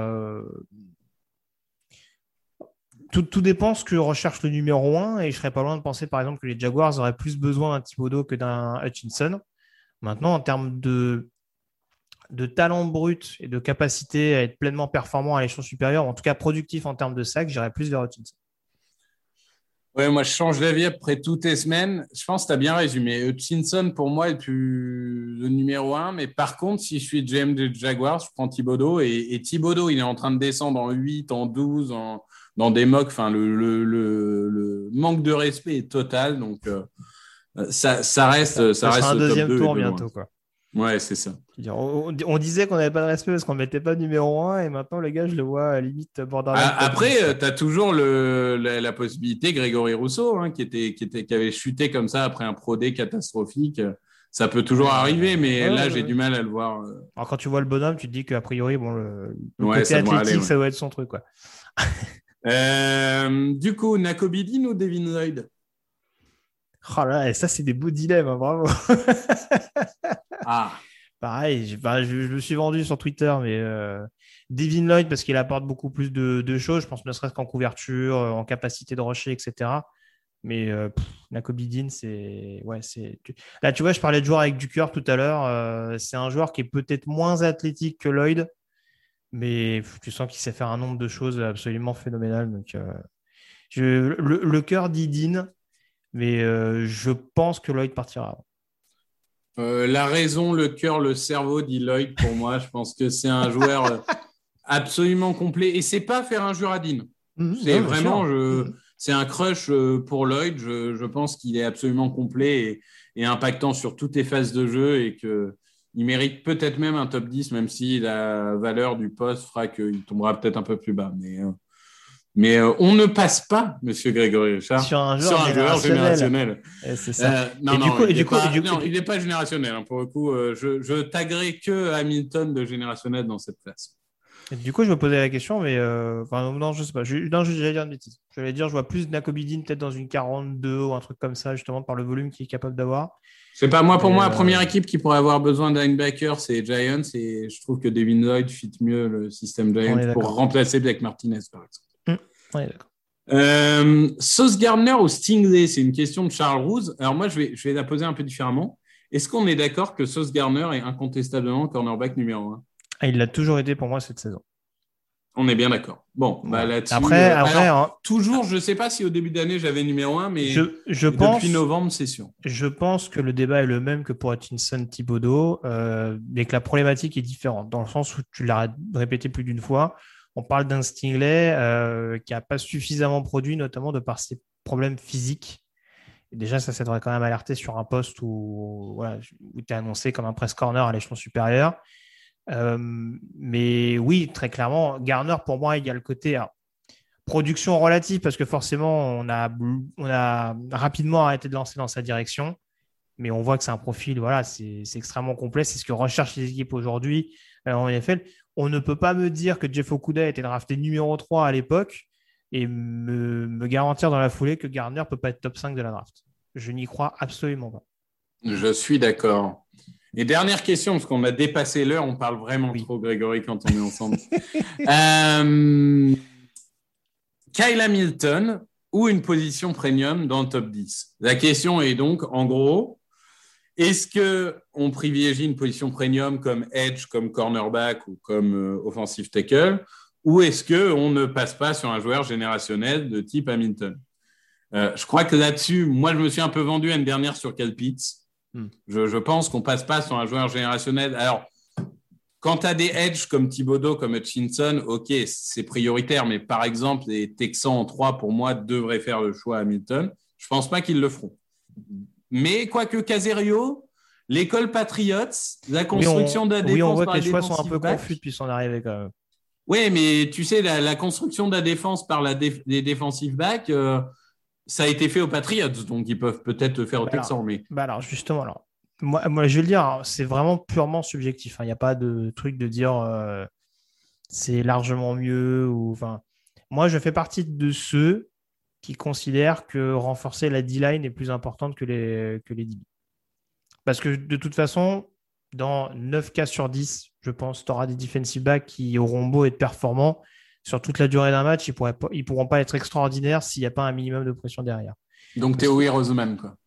[SPEAKER 6] Tout dépend ce que recherche le numéro 1, et je serais pas loin de penser, par exemple, que les Jaguars auraient plus besoin d'un Thibodeau que d'un Hutchinson. Maintenant, en termes de talent brut et de capacité à être pleinement performant à l'échelon supérieur, en tout cas productif en termes de sacs, j'irais plus vers Hutchinson.
[SPEAKER 7] Ouais, moi, je change d'avis après toutes les semaines. Je pense que tu as bien résumé. Hutchinson, pour moi, est plus le numéro 1. Mais par contre, si je suis GM des Jaguars, je prends Thibodeau. Et Thibodeau, il est en train de descendre en 8, en 12, dans des mocks. Enfin, le manque de respect est total. Donc, ça reste
[SPEAKER 6] un
[SPEAKER 7] le
[SPEAKER 6] deuxième
[SPEAKER 7] top 2
[SPEAKER 6] tour bientôt, quoi.
[SPEAKER 7] Ouais, c'est ça.
[SPEAKER 6] On disait qu'on n'avait pas de respect parce qu'on ne mettait pas numéro 1, et maintenant, les gars, je le vois à limite borderline.
[SPEAKER 7] Après, tu as toujours la possibilité, Grégory Rousseau, hein, qui avait chuté comme ça après un Pro D catastrophique. Ça peut toujours arriver, mais là, j'ai du mal à le voir.
[SPEAKER 6] Alors, quand tu vois le bonhomme, tu te dis qu'a priori, bon, le
[SPEAKER 7] côté
[SPEAKER 6] athlétique, ça doit être son truc, quoi.
[SPEAKER 7] Du coup, Nakobidin ou Devin Lloyd?
[SPEAKER 6] Oh là, et ça, c'est des beaux dilemmes, hein, bravo. Pareil, je me suis vendu sur Twitter, mais Devin Lloyd, parce qu'il apporte beaucoup plus de choses, je pense, ne serait-ce qu'en couverture, en capacité de rusher, etc. Mais Nakobidin, c'est... Ouais, c'est... Là, tu vois, je parlais de joueur avec du cœur tout à l'heure. C'est un joueur qui est peut-être moins athlétique que Lloyd, mais tu sens qu'il sait faire un nombre de choses absolument phénoménales. Donc, le cœur dit Dean, mais je pense que Lloyd partira.
[SPEAKER 7] La raison, le cœur, le cerveau, dit Lloyd pour moi. Je pense que c'est un joueur absolument complet. Et c'est pas faire un jeu à Dean. C'est vraiment, c'est un crush pour Lloyd. Je pense qu'il est absolument complet et impactant sur toutes les phases de jeu, et qu'il mérite peut-être même un top 10, même si la valeur du poste fera qu'il tombera peut-être un peu plus bas. Mais on ne passe pas, Monsieur Grégory Richard,
[SPEAKER 6] sur un joueur
[SPEAKER 7] générationnel.
[SPEAKER 6] C'est ça.
[SPEAKER 7] Non, il n'est pas générationnel. Hein. Pour le coup, je taguerai que Hamilton de générationnel dans cette classe.
[SPEAKER 6] Et du coup, je me posais la question, mais non, je sais pas. J'allais dire une bêtise. J'allais dire, je vois plus Nakobidin peut-être dans une 42 ou un truc comme ça, justement, par le volume qu'il est capable d'avoir.
[SPEAKER 7] C'est pas moi. Pour moi, la première équipe qui pourrait avoir besoin d'un linebacker, c'est Giants, et je trouve que Devin Lloyd fit mieux le système Giants pour remplacer Blake Martinez, par exemple.
[SPEAKER 6] On est d'accord.
[SPEAKER 7] Sauce Gardner ou Stingley, c'est une question de Charles Rouse. Alors moi, je vais la poser un peu différemment. Est-ce qu'on est d'accord que Sauce Gardner est incontestablement cornerback numéro 1?
[SPEAKER 6] Il l'a toujours été pour moi cette saison.
[SPEAKER 7] On est bien d'accord. Bon, là-dessus.
[SPEAKER 6] Après,
[SPEAKER 7] toujours, je ne sais pas si au début d'année j'avais numéro 1, mais
[SPEAKER 6] je pense,
[SPEAKER 7] depuis novembre, c'est sûr.
[SPEAKER 6] Je pense que le débat est le même que pour Hutchinson, Thibodeau, mais que la problématique est différente, dans le sens où tu l'as répété plus d'une fois. On parle d'un Stingley qui n'a pas suffisamment produit, notamment de par ses problèmes physiques. Et déjà, ça devrait quand même alerter sur un poste où tu es annoncé comme un press corner à l'échelon supérieur. Mais oui, très clairement, Garner, pour moi, il y a le côté production relative, parce que forcément, on a rapidement arrêté de lancer dans sa direction. Mais on voit que c'est un profil, c'est extrêmement complet. C'est ce que recherchent les équipes aujourd'hui en NFL. On ne peut pas me dire que Jeff Okudah a été drafté numéro 3 à l'époque, et me garantir dans la foulée que Gardner ne peut pas être top 5 de la draft. Je n'y crois absolument pas.
[SPEAKER 7] Je suis d'accord. Et dernière question, parce qu'on a dépassé l'heure, on parle vraiment trop, Grégory, quand on est ensemble. Kyle Hamilton ou une position premium dans le top 10. La question est donc, en gros, est-ce qu'on privilégie une position premium comme edge, comme cornerback ou comme offensive tackle, ou est-ce qu'on ne passe pas sur un joueur générationnel de type Hamilton? Je crois que là-dessus, moi, je me suis un peu vendu l'année dernière sur Kyle Pitts. Je pense qu'on ne passe pas sur un joueur générationnel. Alors, quand tu as des edges comme Thibodeau, comme Hutchinson, OK, c'est prioritaire, mais par exemple, les Texans en 3, pour moi, devraient faire le choix Hamilton. Je ne pense pas qu'ils le feront. Mais quoique Caserio, l'école Patriots, la construction de la défense.
[SPEAKER 6] Oui, on voit que les choix sont un peu confus depuis son arrivée quand même.
[SPEAKER 7] Oui, mais tu sais, la construction de la défense par les defensive backs, ça a été fait aux Patriots, donc ils peuvent peut-être le faire aux Texans.
[SPEAKER 6] Alors justement, moi, je vais le dire, c'est vraiment purement subjectif. Il n'y a pas de truc de dire c'est largement mieux. Moi, je fais partie de ceux qui considèrent que renforcer la D-line est plus importante que les DB. Parce que de toute façon, dans 9 cas sur 10, je pense, tu auras des defensive backs qui auront beau être performants. Sur toute la durée d'un match, ils ne pourront pas être extraordinaires s'il n'y a pas un minimum de pression derrière.
[SPEAKER 7] Donc, Théo Roseman, quoi.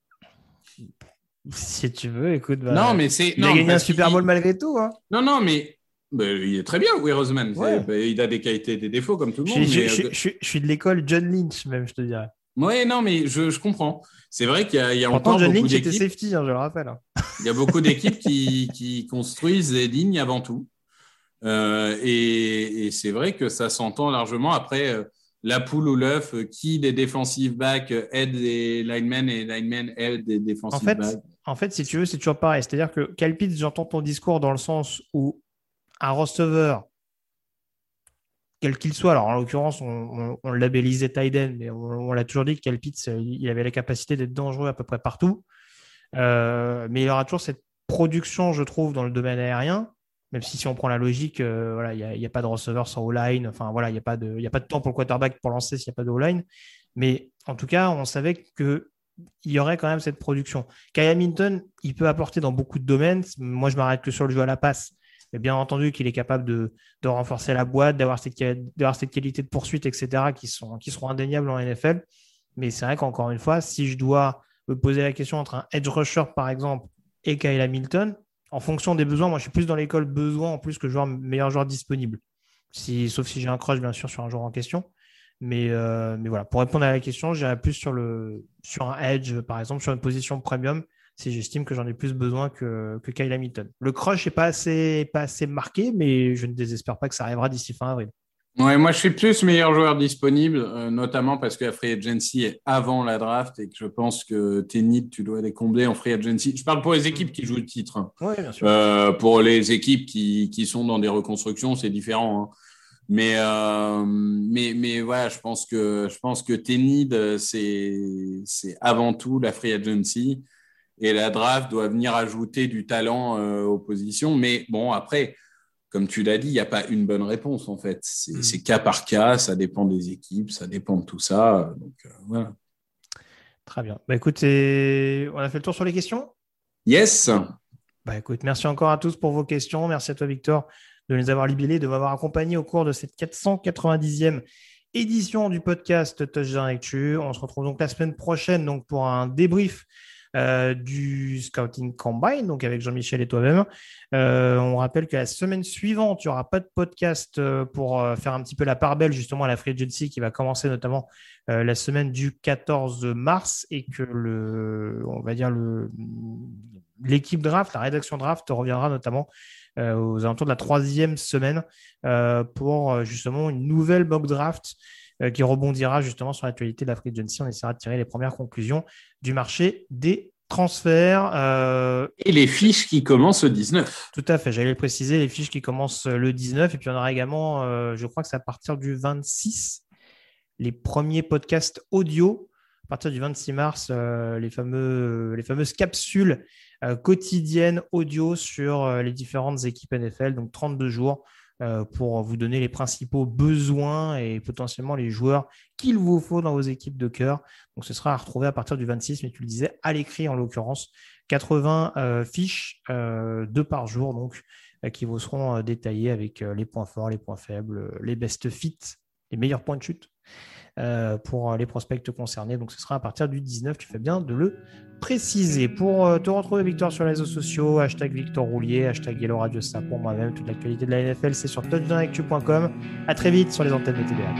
[SPEAKER 6] Si tu veux, écoute.
[SPEAKER 7] Non, mais
[SPEAKER 6] il a gagné un Super Bowl malgré tout. Hein.
[SPEAKER 7] Non, mais il est très bien, Will Roseman. Ouais. Il a des qualités et des défauts, comme tout le monde.
[SPEAKER 6] Je suis de l'école John Lynch, même, je te dirais.
[SPEAKER 7] Oui, non, mais je comprends. C'est vrai qu'il y a
[SPEAKER 6] Pourtant,
[SPEAKER 7] encore
[SPEAKER 6] John
[SPEAKER 7] beaucoup
[SPEAKER 6] Lynch
[SPEAKER 7] d'équipes.
[SPEAKER 6] était safety, je le rappelle.
[SPEAKER 7] Il y a beaucoup d'équipes qui construisent des lignes avant tout. Et c'est vrai que ça s'entend largement. Après, la poule ou l'œuf, qui des defensive backs aide les linemen et les linemen aide des defensive backs.
[SPEAKER 6] En fait, si tu veux, c'est toujours pareil. C'est-à-dire que Kyle Pitts, j'entends ton discours dans le sens où un receveur, quel qu'il soit, alors en l'occurrence, on labellisait tight end, mais on l'a toujours dit que Kyle Pitts, il avait la capacité d'être dangereux à peu près partout. Mais il aura toujours cette production, je trouve, dans le domaine aérien. Même si on prend la logique, il n'y a pas de receveur sans O-line. Enfin, voilà, il n'y a pas de temps pour le quarterback pour lancer s'il n'y a pas de O-line. Mais en tout cas, on savait qu'il y aurait quand même cette production. Kyle Hamilton, il peut apporter dans beaucoup de domaines. Moi, je m'arrête que sur le jeu à la passe. Mais bien entendu qu'il est capable de renforcer la boîte, d'avoir cette qualité de poursuite, etc., qui seront indéniables en NFL. Mais c'est vrai qu'encore une fois, si je dois me poser la question entre un edge rusher, par exemple, et Kyle Hamilton, en fonction des besoins, moi je suis plus dans l'école besoin en plus que meilleur joueur disponible. Sauf si j'ai un crush, bien sûr, sur un joueur en question. Mais voilà, pour répondre à la question, j'irai plus sur un edge, par exemple, sur une position premium, si j'estime que j'en ai plus besoin que Kyle Hamilton. Le crush n'est pas assez marqué, mais je ne désespère pas que ça arrivera d'ici fin avril.
[SPEAKER 7] Ouais, moi je suis plus meilleur joueur disponible, notamment parce que la free agency est avant la draft et que je pense que tes needs, tu dois les combler en free agency. Je parle pour les équipes qui jouent le titre. Hein.
[SPEAKER 6] Oui, bien sûr.
[SPEAKER 7] Pour les équipes qui sont dans des reconstructions, c'est différent. Hein. Mais voilà, je pense que tes needs, c'est avant tout la free agency et la draft doit venir ajouter du talent aux positions. Mais bon, après, comme tu l'as dit, il n'y a pas une bonne réponse, en fait. C'est cas par cas, ça dépend des équipes, ça dépend de tout ça. Donc, voilà.
[SPEAKER 6] Très bien. Écoute, on a fait le tour sur les questions ?
[SPEAKER 7] Yes.
[SPEAKER 6] Écoute, merci encore à tous pour vos questions. Merci à toi, Victor, de nous avoir libellés, de m'avoir accompagné au cours de cette 490e édition du podcast Touchdown Actu. On se retrouve donc la semaine prochaine donc, pour un débrief du Scouting Combine, donc avec Jean-Michel et toi-même. On rappelle que la semaine suivante, il n'y aura pas de podcast pour faire un petit peu la part belle justement à la Free Agency qui va commencer notamment la semaine du 14 mars et que l'équipe draft, la rédaction draft reviendra notamment aux alentours de la 3e semaine pour justement une nouvelle mock draft qui rebondira justement sur l'actualité de la Free Agency. On essaiera de tirer les premières conclusions du marché des transferts.
[SPEAKER 7] Et les fiches qui commencent le 19.
[SPEAKER 6] Tout à fait, j'allais le préciser, les fiches qui commencent le 19. Et puis on aura également, je crois que c'est à partir du 26, les premiers podcasts audio. À partir du 26 mars, les fameuses capsules quotidiennes audio sur les différentes équipes NFL. Donc 32 jours pour vous donner les principaux besoins et potentiellement les joueurs qu'il vous faut dans vos équipes de cœur. Donc, ce sera à retrouver à partir du 26, mais tu le disais, à l'écrit en l'occurrence. 80 fiches, 2 par jour, donc, qui vous seront détaillées avec les points forts, les points faibles, les best fits, les meilleurs points de chute pour les prospects concernés. Donc, ce sera à partir du 19. Tu fais bien de le préciser. Pour te retrouver, Victor, sur les réseaux sociaux, hashtag Victor Roulier, hashtag Yellow Radio Ça pour moi-même. Toute l'actualité de la NFL, c'est sur touchdownactu.com. À très vite sur les antennes de TDA.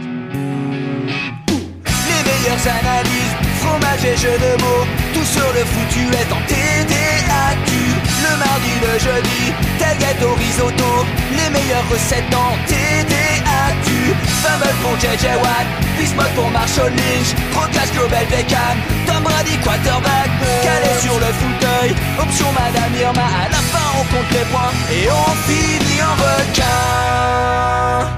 [SPEAKER 9] Les meilleures analyses, fromage et jeux de mots, tout sur le foutu est en TDAQ. Le mardi, le jeudi, tel gâteau risotto, les meilleures recettes dans TDAQ. Fumble pour JJ Watt, Bismuth pour Marshall Lynch, Proclash Global Beckham, Tom Brady quarterback, calé sur le fauteuil, option Madame Irma, à la fin on compte les points et on finit en requin.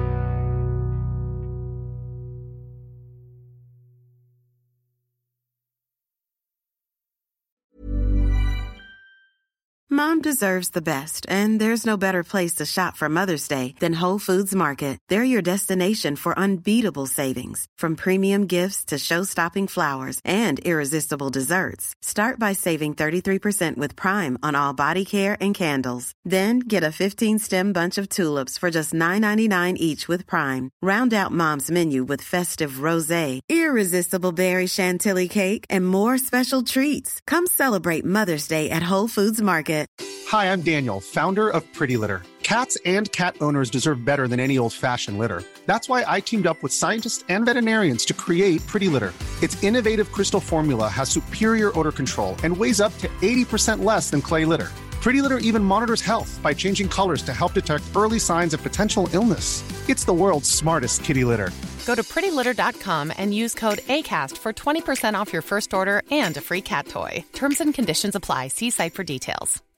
[SPEAKER 10] Mom deserves the best, and there's no better place to shop for Mother's Day than Whole Foods Market. They're your destination for unbeatable savings, from premium gifts to show-stopping flowers and irresistible desserts. Start by saving 33% with Prime on all body care and candles. Then get a 15-stem bunch of tulips for just $9.99 each with Prime. Round out Mom's menu with festive rosé, irresistible berry chantilly cake, and more special treats. Come celebrate Mother's Day at Whole Foods Market.
[SPEAKER 11] Hi, I'm Daniel, founder of Pretty Litter. Cats and cat owners deserve better than any old-fashioned litter. That's why I teamed up with scientists and veterinarians to create Pretty Litter. Its innovative crystal formula has superior odor control and weighs up to 80% less than clay litter. Pretty Litter even monitors health by changing colors to help detect early signs of potential illness. It's the world's smartest kitty litter.
[SPEAKER 12] Go to prettylitter.com and use code ACAST for 20% off your first order and a free cat toy. Terms and conditions apply. See site for details.